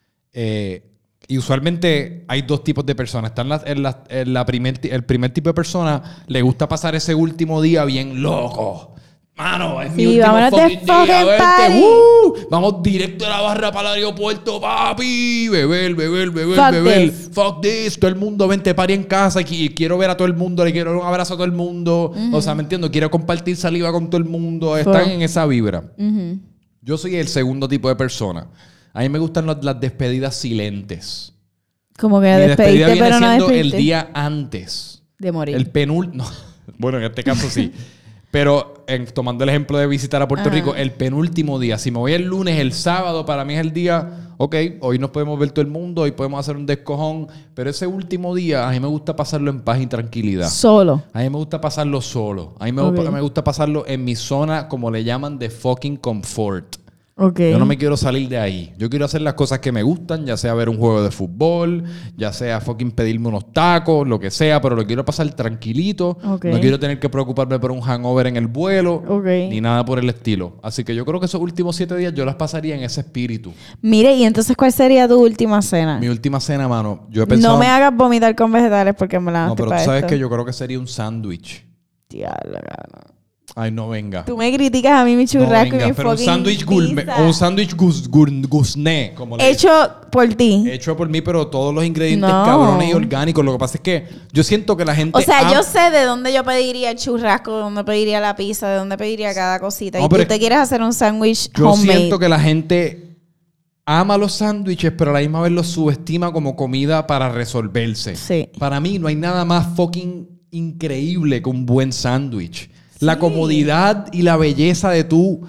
Speaker 1: Eh, y usualmente hay dos tipos de personas. Están las, en la, en la primer, ti- el primer tipo de persona le gusta pasar ese último día bien loco. Mano, es mi
Speaker 2: Sí,
Speaker 1: último
Speaker 2: vámonos de
Speaker 1: fucking día,
Speaker 2: fucking
Speaker 1: vente,
Speaker 2: party.
Speaker 1: ¡uh! Vamos directo a la barra para el aeropuerto, papi. Beber, beber, beber,
Speaker 2: Fuck
Speaker 1: beber.
Speaker 2: this.
Speaker 1: Fuck this. Todo el mundo, vente party en casa. Y quiero ver a todo el mundo. Le quiero dar un abrazo a todo el mundo. O sea, ¿me entiendo? Quiero compartir saliva con todo el mundo. Están
Speaker 2: Fuck.
Speaker 1: en esa vibra.
Speaker 2: Ujú.
Speaker 1: Yo soy el segundo tipo de persona. A mí me gustan las, las despedidas silentes.
Speaker 2: Como que
Speaker 1: Mi despedida
Speaker 2: despedirte,
Speaker 1: viene
Speaker 2: pero no
Speaker 1: siendo el
Speaker 2: despedirte.
Speaker 1: día antes.
Speaker 2: De morir.
Speaker 1: El penúltimo. No. Bueno, en este caso sí. Pero en- tomando el ejemplo de visitar a Puerto
Speaker 2: Ajá.
Speaker 1: Rico, el penúltimo día. Si me voy el lunes, el sábado, para mí es el día, ok, hoy nos podemos ver todo el mundo, hoy podemos hacer un descojón. Pero ese último día, a mí me gusta pasarlo en paz y tranquilidad.
Speaker 2: Solo.
Speaker 1: A mí me gusta pasarlo solo. A mí me,
Speaker 2: Ok.
Speaker 1: me gusta pasarlo en mi zona, como le llaman, de fucking comfort.
Speaker 2: Ok.
Speaker 1: Yo no me quiero salir de ahí. Yo quiero hacer las cosas que me gustan, ya sea ver un juego de fútbol, ya sea fucking pedirme unos tacos, lo que sea, pero lo quiero pasar tranquilito.
Speaker 2: Ok.
Speaker 1: No quiero tener que preocuparme por un hangover en el vuelo,
Speaker 2: Ok.
Speaker 1: ni nada por el estilo. Así que yo creo que esos últimos siete días yo las pasaría en ese espíritu.
Speaker 2: Mire, y entonces, ¿cuál sería tu última cena?
Speaker 1: Mi última cena, mano, yo he pensado...
Speaker 2: No me hagas vomitar con vegetales porque me la
Speaker 1: No,
Speaker 2: estoy
Speaker 1: pero tú
Speaker 2: para
Speaker 1: sabes
Speaker 2: esto.
Speaker 1: que yo creo que sería un sándwich.
Speaker 2: Diablo, cabrón.
Speaker 1: Ay, no venga.
Speaker 2: Tú me criticas a mí mi
Speaker 1: No
Speaker 2: churrasco
Speaker 1: venga,
Speaker 2: y mi
Speaker 1: pero un
Speaker 2: fucking
Speaker 1: sándwich gourmet,
Speaker 2: pizza.
Speaker 1: o un sándwich gus, gur- guzné, como le
Speaker 2: Hecho por ti.
Speaker 1: Hecho por mí, pero todos los ingredientes
Speaker 2: No.
Speaker 1: cabrones y orgánicos. Lo que pasa es que yo siento que la gente...
Speaker 2: O sea,
Speaker 1: ama-
Speaker 2: yo sé de dónde yo pediría el churrasco, de dónde pediría la pizza, de dónde pediría cada cosita.
Speaker 1: No,
Speaker 2: y
Speaker 1: pero
Speaker 2: tú
Speaker 1: es-
Speaker 2: te quieres hacer un sándwich
Speaker 1: Yo
Speaker 2: homemade.
Speaker 1: siento que la gente ama los sándwiches, pero a la misma vez los subestima como comida para resolverse.
Speaker 2: Sí.
Speaker 1: Para mí no hay nada más fucking increíble que un buen sándwich. La comodidad y la belleza de tú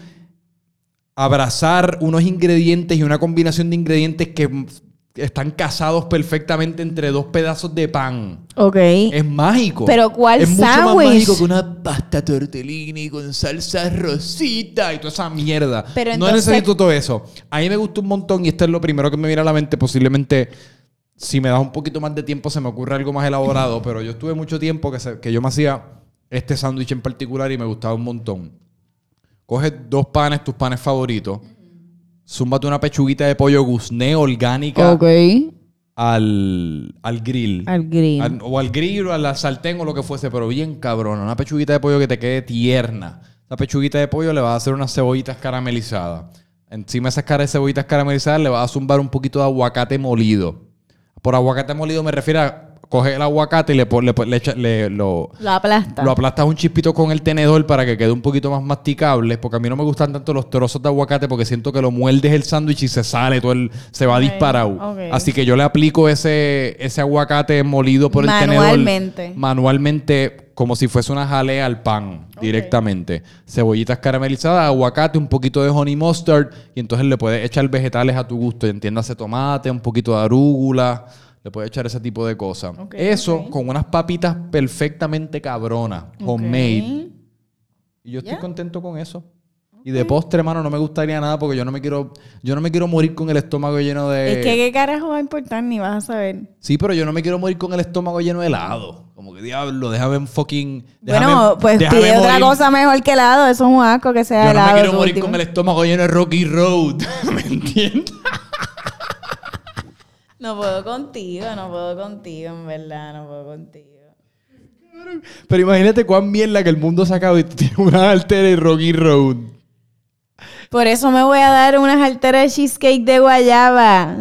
Speaker 1: abrazar unos ingredientes y una combinación de ingredientes que están casados perfectamente entre dos pedazos de pan.
Speaker 2: Ok.
Speaker 1: Es mágico.
Speaker 2: Pero ¿cuál
Speaker 1: es mucho más
Speaker 2: sándwich?
Speaker 1: mágico que una pasta tortellini con salsa rosita y toda esa mierda.
Speaker 2: Pero
Speaker 1: no
Speaker 2: entonces-
Speaker 1: necesito todo eso. A mí me gusta un montón y esto es lo primero que me viene a la mente. Posiblemente, si me das un poquito más de tiempo, se me ocurre algo más elaborado. Pero yo estuve mucho tiempo que, se- que yo me hacía este sándwich en particular y me gustaba un montón. Coges dos panes, tus panes favoritos. Zúmbate una pechuguita de pollo guzné orgánica
Speaker 2: Ok.
Speaker 1: al, al grill.
Speaker 2: Al grill.
Speaker 1: Al- o al grill o al sartén o lo que fuese, pero bien cabrón. Una pechuguita de pollo que te quede tierna. La pechuguita de pollo le vas a hacer unas cebollitas caramelizadas. Encima de esas cara- cebollitas caramelizadas le vas a zumbar un poquito de aguacate molido. Por aguacate molido me refiero a coger el aguacate y le, pon- le, pon- le echa- le- lo,
Speaker 2: Lo aplasta.
Speaker 1: lo aplastas un chispito con el tenedor para que quede un poquito más masticable. Porque a mí no me gustan tanto los trozos de aguacate porque siento que lo muerdes el sándwich y se sale todo el... Se va
Speaker 2: Ok,
Speaker 1: disparado.
Speaker 2: ok.
Speaker 1: Así que yo le aplico ese, ese aguacate molido por el
Speaker 2: Manualmente.
Speaker 1: tenedor. Manualmente. Como si fuese una jalea al pan.
Speaker 2: Ok.
Speaker 1: Directamente. Cebollitas caramelizadas, aguacate, un poquito de honey mustard. Y entonces le puedes echar vegetales a tu gusto. Entiéndase tomate, un poquito de arúgula. Le Le puedes echar ese tipo de cosas.
Speaker 2: Ok,
Speaker 1: Eso
Speaker 2: ok.
Speaker 1: con unas papitas perfectamente cabronas, homemade. Y yo estoy
Speaker 2: Ya.
Speaker 1: contento con eso. Y de postre, mano, no me gustaría nada porque yo no me quiero, yo no me quiero morir con el estómago lleno de...
Speaker 2: Es que qué carajo va a importar ni vas a saber.
Speaker 1: Sí, pero yo no me quiero morir con el estómago lleno de helado. Como que diablo, déjame en fucking... Déjame,
Speaker 2: Bueno, pues
Speaker 1: déjame
Speaker 2: pide otra
Speaker 1: morir.
Speaker 2: cosa mejor que helado. Eso es un asco que sea
Speaker 1: Yo no
Speaker 2: helado.
Speaker 1: me quiero
Speaker 2: tú,
Speaker 1: morir
Speaker 2: último.
Speaker 1: con el estómago lleno de Rocky Road. ¿Me entiendes?
Speaker 2: No puedo contigo, no puedo contigo, en verdad, no puedo contigo.
Speaker 1: Pero imagínate cuán mierda que el mundo se acaba y tú tienes una altera y Rocky Road.
Speaker 2: Por eso me voy a dar unas alteras de cheesecake de guayaba.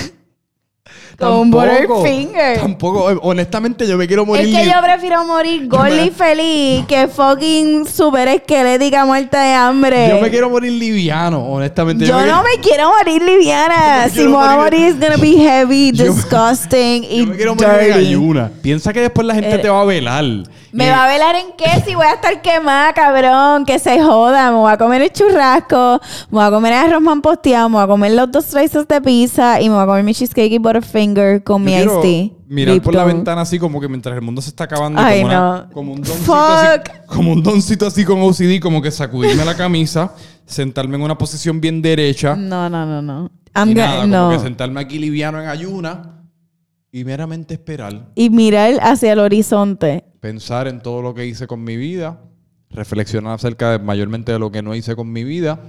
Speaker 2: Con Butterfinger.
Speaker 1: Tampoco, honestamente, yo me quiero morir.
Speaker 2: Es que
Speaker 1: li-
Speaker 2: yo prefiero morir gorda y feliz que fucking super esquelética muerta de hambre.
Speaker 1: Yo me quiero morir liviano, honestamente.
Speaker 2: Yo
Speaker 1: me
Speaker 2: no
Speaker 1: quiero-
Speaker 2: me quiero morir liviana.
Speaker 1: Yo me
Speaker 2: Si
Speaker 1: quiero
Speaker 2: me voy a
Speaker 1: morir-
Speaker 2: morir, it's gonna be heavy,
Speaker 1: Yo-
Speaker 2: disgusting y
Speaker 1: Yo me quiero morir en
Speaker 2: dirty.
Speaker 1: ayuna. Piensa que después la gente
Speaker 2: Eh,
Speaker 1: te va a velar.
Speaker 2: ¿Me
Speaker 1: Y-
Speaker 2: va a velar en qué? Si voy a estar quemada, cabrón. Que se joda. Me voy a comer el churrasco. Me voy a comer el arroz manposteado. Me voy a comer los dos slices de pizza. Y me voy a comer mi cheesecake y Butterfinger con
Speaker 1: Yo
Speaker 2: mi
Speaker 1: quiero
Speaker 2: iced tea.
Speaker 1: mirar por la
Speaker 2: Lipton.
Speaker 1: ventana así como que mientras el mundo se está acabando.
Speaker 2: Ay,
Speaker 1: como, una-
Speaker 2: no.
Speaker 1: como un doncito así,
Speaker 2: Fuck.
Speaker 1: como un doncito así con O C D, como que sacudirme la camisa, sentarme en una posición bien derecha.
Speaker 2: No, no, no, no. I'm
Speaker 1: y
Speaker 2: gonna-
Speaker 1: nada,
Speaker 2: no.
Speaker 1: como que sentarme aquí liviano en ayuna y meramente esperar.
Speaker 2: Y mirar hacia el horizonte.
Speaker 1: Pensar en todo lo que hice con mi vida. Reflexionar acerca de mayormente de lo que no hice con mi vida.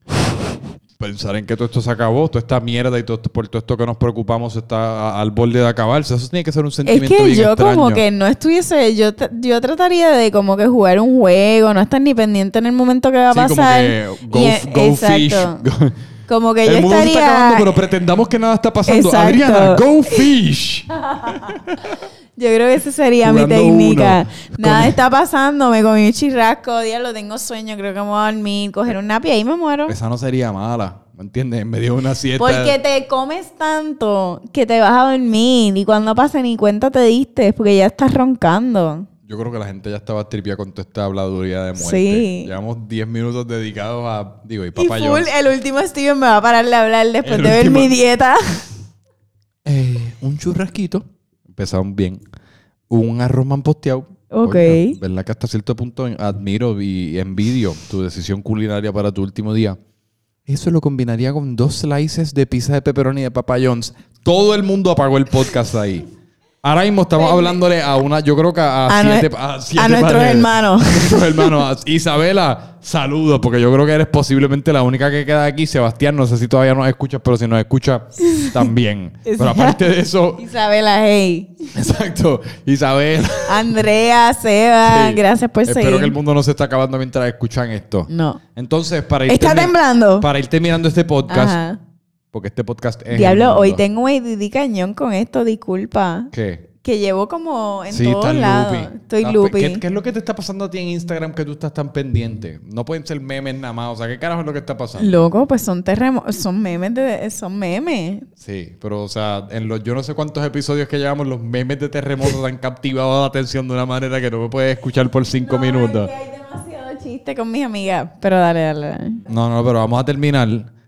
Speaker 1: Pensar en que todo esto se acabó, toda esta mierda y todo esto, por todo esto que nos preocupamos está a- al borde de acabarse. Eso tiene que ser un
Speaker 2: Es
Speaker 1: sentimiento
Speaker 2: que
Speaker 1: bien
Speaker 2: yo
Speaker 1: extraño.
Speaker 2: como que no estuviese... Yo, t- yo trataría de como que jugar un juego. No estar ni pendiente en el momento que va a
Speaker 1: Sí, como
Speaker 2: pasar.
Speaker 1: que go,
Speaker 2: Y,
Speaker 1: f- go
Speaker 2: exacto.
Speaker 1: fish. Go-
Speaker 2: Como que
Speaker 1: el
Speaker 2: yo
Speaker 1: mundo se está
Speaker 2: estaría...
Speaker 1: acabando, pero pretendamos que nada está pasando.
Speaker 2: Exacto.
Speaker 1: Adriana, go fish.
Speaker 2: Yo creo que esa sería
Speaker 1: Jugando
Speaker 2: mi técnica.
Speaker 1: uno.
Speaker 2: Nada
Speaker 1: Con-
Speaker 2: está pasando, me comí un chirrasco, diablo, tengo sueño, creo que me voy a dormir, coger un nap y ahí me muero.
Speaker 1: Esa no sería mala, ¿me entiendes? En medio de una siesta.
Speaker 2: Porque te comes tanto que te vas a dormir y cuando pase ni cuenta te diste porque ya estás roncando.
Speaker 1: Yo creo que la gente ya estaba tripiada con toda esta habladuría de muerte.
Speaker 2: Sí.
Speaker 1: Llevamos diez minutos dedicados a... Digo, y
Speaker 2: Y
Speaker 1: Papa
Speaker 2: full,
Speaker 1: John's.
Speaker 2: el último Steven me va a parar de hablar después
Speaker 1: El
Speaker 2: de ver
Speaker 1: último-
Speaker 2: mi dieta.
Speaker 1: Eh, un churrasquito. Empezamos bien. Un arroz manposteado.
Speaker 2: Ok.
Speaker 1: Coño, ¿verdad que hasta cierto punto admiro y envidio tu decisión culinaria para tu último día? Eso lo combinaría con dos slices de pizza de pepperoni de Papa John's. Todo el mundo apagó el podcast ahí. Ahora mismo estamos hablándole a una, yo creo que a,
Speaker 2: A
Speaker 1: siete,
Speaker 2: nue-
Speaker 1: a siete
Speaker 2: a nuestros
Speaker 1: paredes.
Speaker 2: hermanos.
Speaker 1: A nuestros hermanos. Isabela, saludos, porque yo creo que eres posiblemente la única que queda aquí. Sebastián, no sé si todavía nos escuchas, pero si nos escuchas, también. Pero aparte de eso,
Speaker 2: Isabela, hey.
Speaker 1: exacto. Isabela.
Speaker 2: Andrea, Seba,
Speaker 1: Sí.
Speaker 2: gracias por
Speaker 1: Espero
Speaker 2: seguir.
Speaker 1: que el mundo no se está acabando mientras escuchan esto.
Speaker 2: No.
Speaker 1: Entonces, para ir,
Speaker 2: ¿Está
Speaker 1: termi-
Speaker 2: temblando?
Speaker 1: para ir terminando este podcast,
Speaker 2: Ajá.
Speaker 1: porque este podcast es. el
Speaker 2: Diablo,
Speaker 1: mundo.
Speaker 2: hoy tengo un A D D cañón con esto, disculpa.
Speaker 1: ¿Qué?
Speaker 2: Que llevo como en
Speaker 1: Sí,
Speaker 2: todos
Speaker 1: estás
Speaker 2: lados.
Speaker 1: loopy.
Speaker 2: Estoy
Speaker 1: Ah,
Speaker 2: loopy.
Speaker 1: ¿Qué, ¿Qué es lo que te está pasando a ti en Instagram que tú estás tan pendiente? No pueden ser memes nada más. O sea, ¿qué carajo es lo que está pasando?
Speaker 2: Loco, pues son terremotos, son memes de, son memes.
Speaker 1: Sí, pero o sea, en los yo no sé cuántos episodios que llevamos, los memes de terremotos han captivado la atención de una manera que no me puedes escuchar por cinco
Speaker 2: No,
Speaker 1: minutos.
Speaker 2: es que hay demasiado chiste con mis amigas. Pero dale, dale, dale.
Speaker 1: No, no, pero vamos a terminar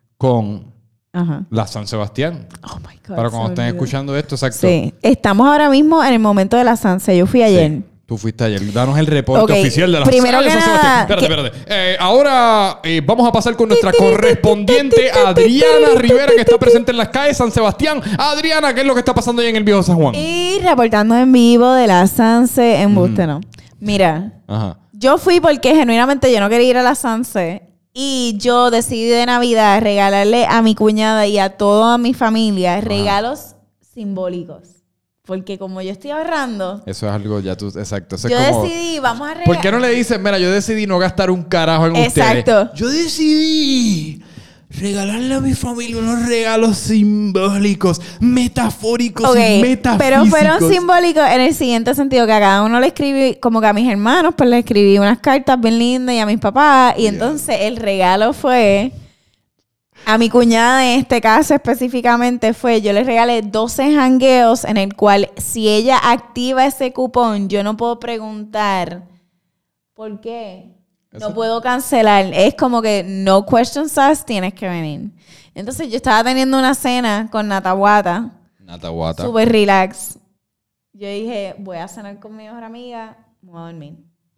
Speaker 1: con
Speaker 2: Ajá.
Speaker 1: la San Sebastián.
Speaker 2: Oh my God.
Speaker 1: Para
Speaker 2: se
Speaker 1: cuando
Speaker 2: me
Speaker 1: estén
Speaker 2: olvidó.
Speaker 1: escuchando esto, exacto.
Speaker 2: Sí. Estamos ahora mismo en el momento de la Sanse. Yo fui
Speaker 1: Sí.
Speaker 2: ayer.
Speaker 1: Tú fuiste ayer. Danos el reporte
Speaker 2: Ok,
Speaker 1: oficial de la
Speaker 2: primero
Speaker 1: Ay,
Speaker 2: que
Speaker 1: San Sebastián.
Speaker 2: nada,
Speaker 1: Espérate,
Speaker 2: que-
Speaker 1: espérate. Eh, ahora eh, vamos a pasar con nuestra correspondiente Adriana Rivera, que está presente en las calles San Sebastián. Adriana, ¿qué es lo que está pasando ahí en el viejo San Juan?
Speaker 2: Y reportando en vivo de la Sanse en Buste, ¿no? Mira,
Speaker 1: Ajá.
Speaker 2: yo fui porque genuinamente yo no quería ir a la Sanse. Y yo decidí de Navidad regalarle a mi cuñada y a toda mi familia regalos simbólicos. Porque como yo estoy ahorrando,
Speaker 1: Eso es algo ya tú, exacto. Eso
Speaker 2: yo
Speaker 1: es como,
Speaker 2: decidí, vamos a regalar.
Speaker 1: ¿por qué no le dices, mira, yo decidí no gastar un carajo en
Speaker 2: Exacto.
Speaker 1: ustedes? Yo decidí regalarle a mi familia unos regalos simbólicos, metafóricos
Speaker 2: Ok,
Speaker 1: y metafísicos.
Speaker 2: pero fueron simbólicos en el siguiente sentido, que a cada uno le escribí, como que a mis hermanos, pues le escribí unas cartas bien lindas y a mis papás. Y
Speaker 1: Yeah.
Speaker 2: entonces el regalo fue, a mi cuñada en este caso específicamente fue, yo le regalé doce jangueos en el cual si ella activa ese cupón, yo no puedo preguntar ¿por qué?
Speaker 1: Eso-
Speaker 2: No puedo cancelar. Es como que no questions asked, tienes que venir. Entonces yo estaba teniendo una cena con Natahuata.
Speaker 1: Natahuata.
Speaker 2: Súper relax. Yo dije, voy a cenar con mi mejor amiga, me voy a dormir.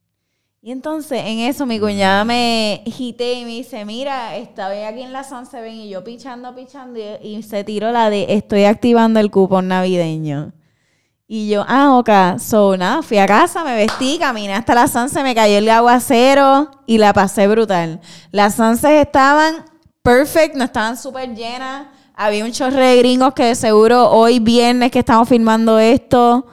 Speaker 2: Y entonces, en eso, mi cuñada me hité y me dice, mira, estoy aquí en la Sunset y yo pichando, pichando, y, y se tiró la de, estoy activando el cupón navideño. Y yo, ah, ok. So, nada, fui a casa, me vestí, caminé hasta la Sunset, me cayó el aguacero y la pasé brutal. Las Sunsets estaban perfect, no estaban súper llenas. Había un chorro de gringos que de seguro hoy viernes que estamos filmando esto,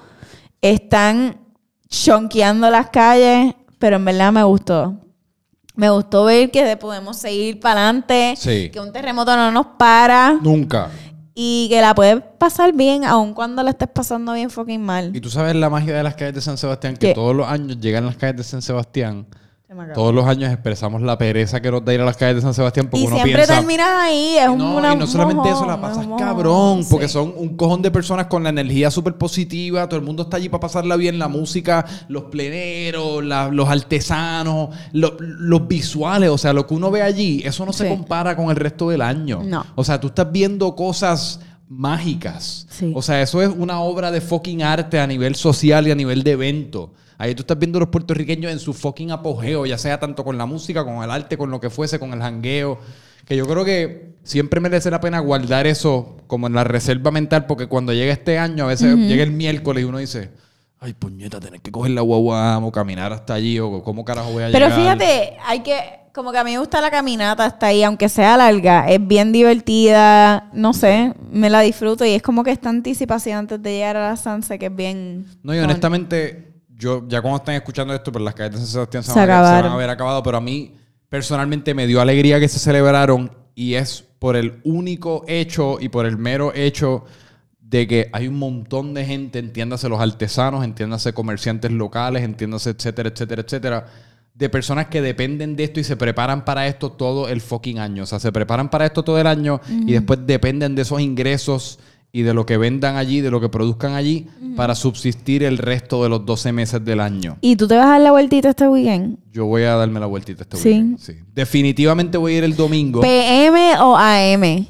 Speaker 2: están chonqueando las calles. Pero en verdad me gustó. Me gustó ver que podemos seguir para adelante.
Speaker 1: Sí.
Speaker 2: Que un terremoto no nos para.
Speaker 1: Nunca.
Speaker 2: Y que la puedes pasar bien, aun cuando la estés pasando bien fucking mal.
Speaker 1: Y tú sabes la magia de las calles de San Sebastián, que
Speaker 2: ¿Qué?
Speaker 1: todos los años llegan las calles de San Sebastián.
Speaker 2: Se me acabó.
Speaker 1: Todos los años expresamos la pereza que nos da ir a las calles de San Sebastián porque
Speaker 2: Y
Speaker 1: uno
Speaker 2: siempre
Speaker 1: piensa...
Speaker 2: terminas ahí. Es
Speaker 1: No,
Speaker 2: una,
Speaker 1: y no solamente
Speaker 2: mojón,
Speaker 1: eso, la
Speaker 2: es
Speaker 1: pasas
Speaker 2: un mojón.
Speaker 1: cabrón, porque
Speaker 2: Sí.
Speaker 1: son un cojón de personas con la energía súper positiva, todo el mundo está allí para pasarla bien, la música, los pleneros, la- los artesanos, lo- los visuales, o sea, lo que uno ve allí, eso no se
Speaker 2: Sí.
Speaker 1: compara con el resto del año.
Speaker 2: No.
Speaker 1: O sea, tú estás viendo cosas mágicas.
Speaker 2: Sí.
Speaker 1: O sea, eso es una obra de fucking arte a nivel social y a nivel de evento. Ahí tú estás viendo a los puertorriqueños en su fucking apogeo, ya sea tanto con la música, con el arte, con lo que fuese, con el jangueo. Que yo creo que siempre merece la pena guardar eso como en la reserva mental, porque cuando llega este año, a veces
Speaker 2: Ujú.
Speaker 1: llega el miércoles y uno dice, ay, puñeta, tener que coger la guagua o caminar hasta allí, o cómo carajo voy a
Speaker 2: Pero
Speaker 1: llegar.
Speaker 2: fíjate, hay que... Como que a mí me gusta la caminata hasta ahí, aunque sea larga. Es bien divertida. No sé, me la disfruto. Y es como que esta anticipación antes de llegar a la Sunset, que es bien...
Speaker 1: No, y honestamente, yo ya cuando están escuchando esto, pero las calles de San Sebastián se,
Speaker 2: Se
Speaker 1: van, a, se van
Speaker 2: acabaron.
Speaker 1: a haber acabado, pero a mí personalmente me dio alegría que se celebraron y es por el único hecho y por el mero hecho de que hay un montón de gente, entiéndase los artesanos, entiéndase comerciantes locales, entiéndase etcétera, etcétera, etcétera, de personas que dependen de esto y se preparan para esto todo el fucking año. O sea, se preparan para esto todo el año uh-huh. y después dependen de esos ingresos y de lo que vendan allí, de lo que produzcan allí, uh-huh. para subsistir el resto de los doce meses del año.
Speaker 2: ¿Y tú te vas a dar la vueltita este weekend?
Speaker 1: Yo voy a darme la vueltita este
Speaker 2: ¿Sí?
Speaker 1: weekend. Sí. Definitivamente voy a ir el domingo.
Speaker 2: ¿P M o A M?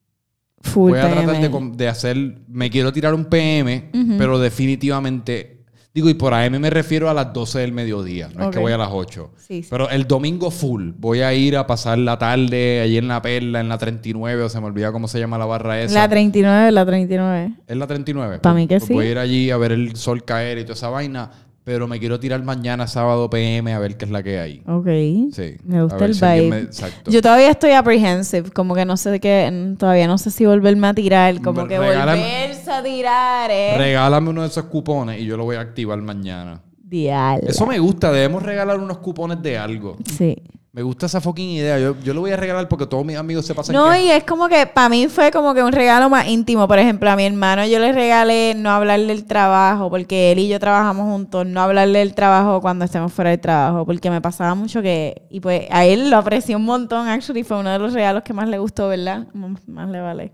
Speaker 2: Full
Speaker 1: voy a
Speaker 2: P M.
Speaker 1: tratar de, de hacer... Me quiero tirar un P M, uh-huh. pero definitivamente... Digo, y por A M me refiero a las doce del mediodía. No okay. es que voy a las ocho.
Speaker 2: Sí, sí.
Speaker 1: Pero el domingo full. Voy a ir a pasar la tarde allí en La Perla, en la treinta y nueve. O se me olvida cómo se llama la barra esa.
Speaker 2: La treinta y nueve, la treinta y nueve.
Speaker 1: ¿Es la treinta y nueve?
Speaker 2: Para
Speaker 1: pues,
Speaker 2: mí que
Speaker 1: pues
Speaker 2: sí.
Speaker 1: Voy a ir allí a ver el sol caer y toda esa vaina. Pero me quiero tirar mañana, sábado P M, a ver qué es la que hay.
Speaker 2: Ok.
Speaker 1: Sí.
Speaker 2: Me gusta el
Speaker 1: si
Speaker 2: vibe.
Speaker 1: me... Exacto.
Speaker 2: Yo todavía estoy apprehensive. Como que no sé qué... Todavía no sé si volverme a tirar. Como que
Speaker 1: Regálame,
Speaker 2: volverse a tirar, eh.
Speaker 1: Regálame uno de esos cupones y yo lo voy a activar mañana.
Speaker 2: Diablo.
Speaker 1: Eso me gusta. Debemos regalar unos cupones de algo.
Speaker 2: Sí.
Speaker 1: Me gusta esa fucking idea. Yo, yo lo voy a regalar porque todos mis amigos se pasan...
Speaker 2: No,
Speaker 1: que...
Speaker 2: y es como que para mí fue como que un regalo más íntimo. Por ejemplo, a mi hermano yo le regalé no hablarle del trabajo, porque él y yo trabajamos juntos, no hablarle del trabajo cuando estemos fuera del trabajo, porque me pasaba mucho que... Y pues a él lo apreció un montón, actually. Fue uno de los regalos que más le gustó, ¿verdad? Más le vale.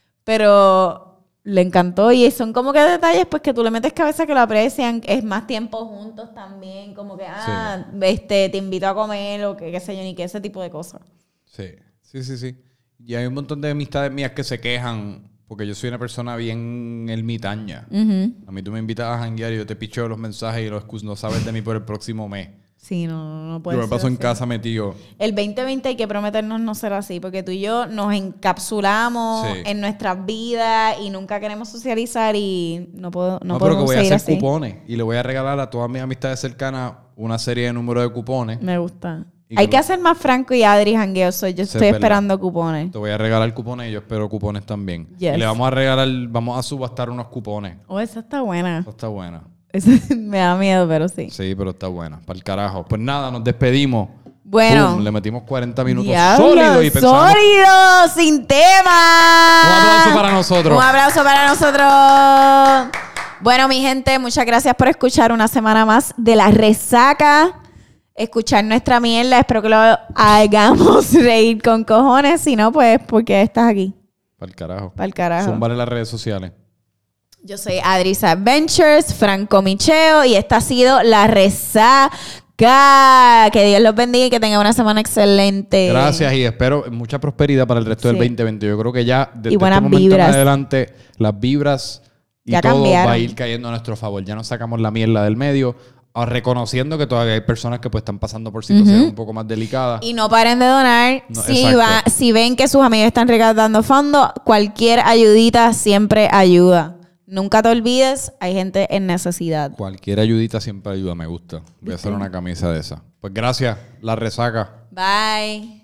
Speaker 2: Pero... le encantó y son como que detalles pues que tú le metes cabeza que lo aprecian. Es más tiempo juntos también, como que ah, sí. este te invito a comer o que qué sé yo, ni que ese tipo de cosas.
Speaker 1: Sí, sí, sí, sí. Y hay un montón de amistades mías que se quejan porque yo soy una persona bien ermitaña. Uh-huh. A mí tú me invitas a janguear y yo te picheo los mensajes y los no sabes de mí por el próximo mes.
Speaker 2: Sí, no, no puede
Speaker 1: ser. Yo me paso
Speaker 2: así.
Speaker 1: en casa metido.
Speaker 2: El veinte veinte hay que prometernos no ser así, porque tú y yo nos encapsulamos sí. en nuestras vidas y nunca queremos socializar y no puedo no,
Speaker 1: no
Speaker 2: podemos
Speaker 1: pero que voy a hacer
Speaker 2: así.
Speaker 1: cupones y le voy a regalar a todas mis amistades cercanas una serie de números de cupones.
Speaker 2: Me gusta. Hay que, que hacer más Franco y Adri jangueo. Soy, yo estoy esperando cupones.
Speaker 1: Te voy a regalar cupones y yo espero cupones también.
Speaker 2: Yes.
Speaker 1: Y le vamos a regalar, vamos a subastar unos cupones.
Speaker 2: Oh, esa está buena.
Speaker 1: Esa está buena.
Speaker 2: Eso me da miedo, pero sí.
Speaker 1: Sí, pero está buena. Para el carajo. Pues nada, nos despedimos.
Speaker 2: Bueno.
Speaker 1: Boom, le metimos cuarenta minutos
Speaker 2: Diablo,
Speaker 1: sólidos y pensamos...
Speaker 2: ¡Sólidos! ¡Sin tema!
Speaker 1: Un aplauso para nosotros.
Speaker 2: Un aplauso para nosotros. Bueno, mi gente, muchas gracias por escuchar una semana más de La Resaca. Escuchar nuestra mierda. Espero que lo hagamos reír con cojones. Si no, pues, porque estás aquí.
Speaker 1: Para el carajo.
Speaker 2: Para el carajo.
Speaker 1: Zúmbale las redes sociales.
Speaker 2: Yo soy Adris Adventures, Franco Micheo, y esta ha sido La Resaca. God. Que Dios los bendiga y que tengan una semana excelente.
Speaker 1: Gracias y espero mucha prosperidad para el resto del
Speaker 2: Sí.
Speaker 1: veinte veinte. Yo creo que ya desde
Speaker 2: Y buenas
Speaker 1: este momento
Speaker 2: vibras.
Speaker 1: en adelante las vibras y
Speaker 2: Ya
Speaker 1: todo
Speaker 2: cambiaron.
Speaker 1: va a ir cayendo a nuestro favor. Ya nos sacamos la mierda del medio, ah, reconociendo que todavía hay personas que pues están pasando por situaciones
Speaker 2: Ujú.
Speaker 1: un poco más delicadas.
Speaker 2: Y no paren de donar.
Speaker 1: No,
Speaker 2: si,
Speaker 1: exacto.
Speaker 2: va, si ven que sus amigos están recaudando fondos, cualquier ayudita siempre ayuda. Nunca te olvides, hay gente en necesidad.
Speaker 1: Cualquier ayudita siempre ayuda, me gusta. Voy a hacer una camisa de esa. Pues gracias, la resaca.
Speaker 2: Bye.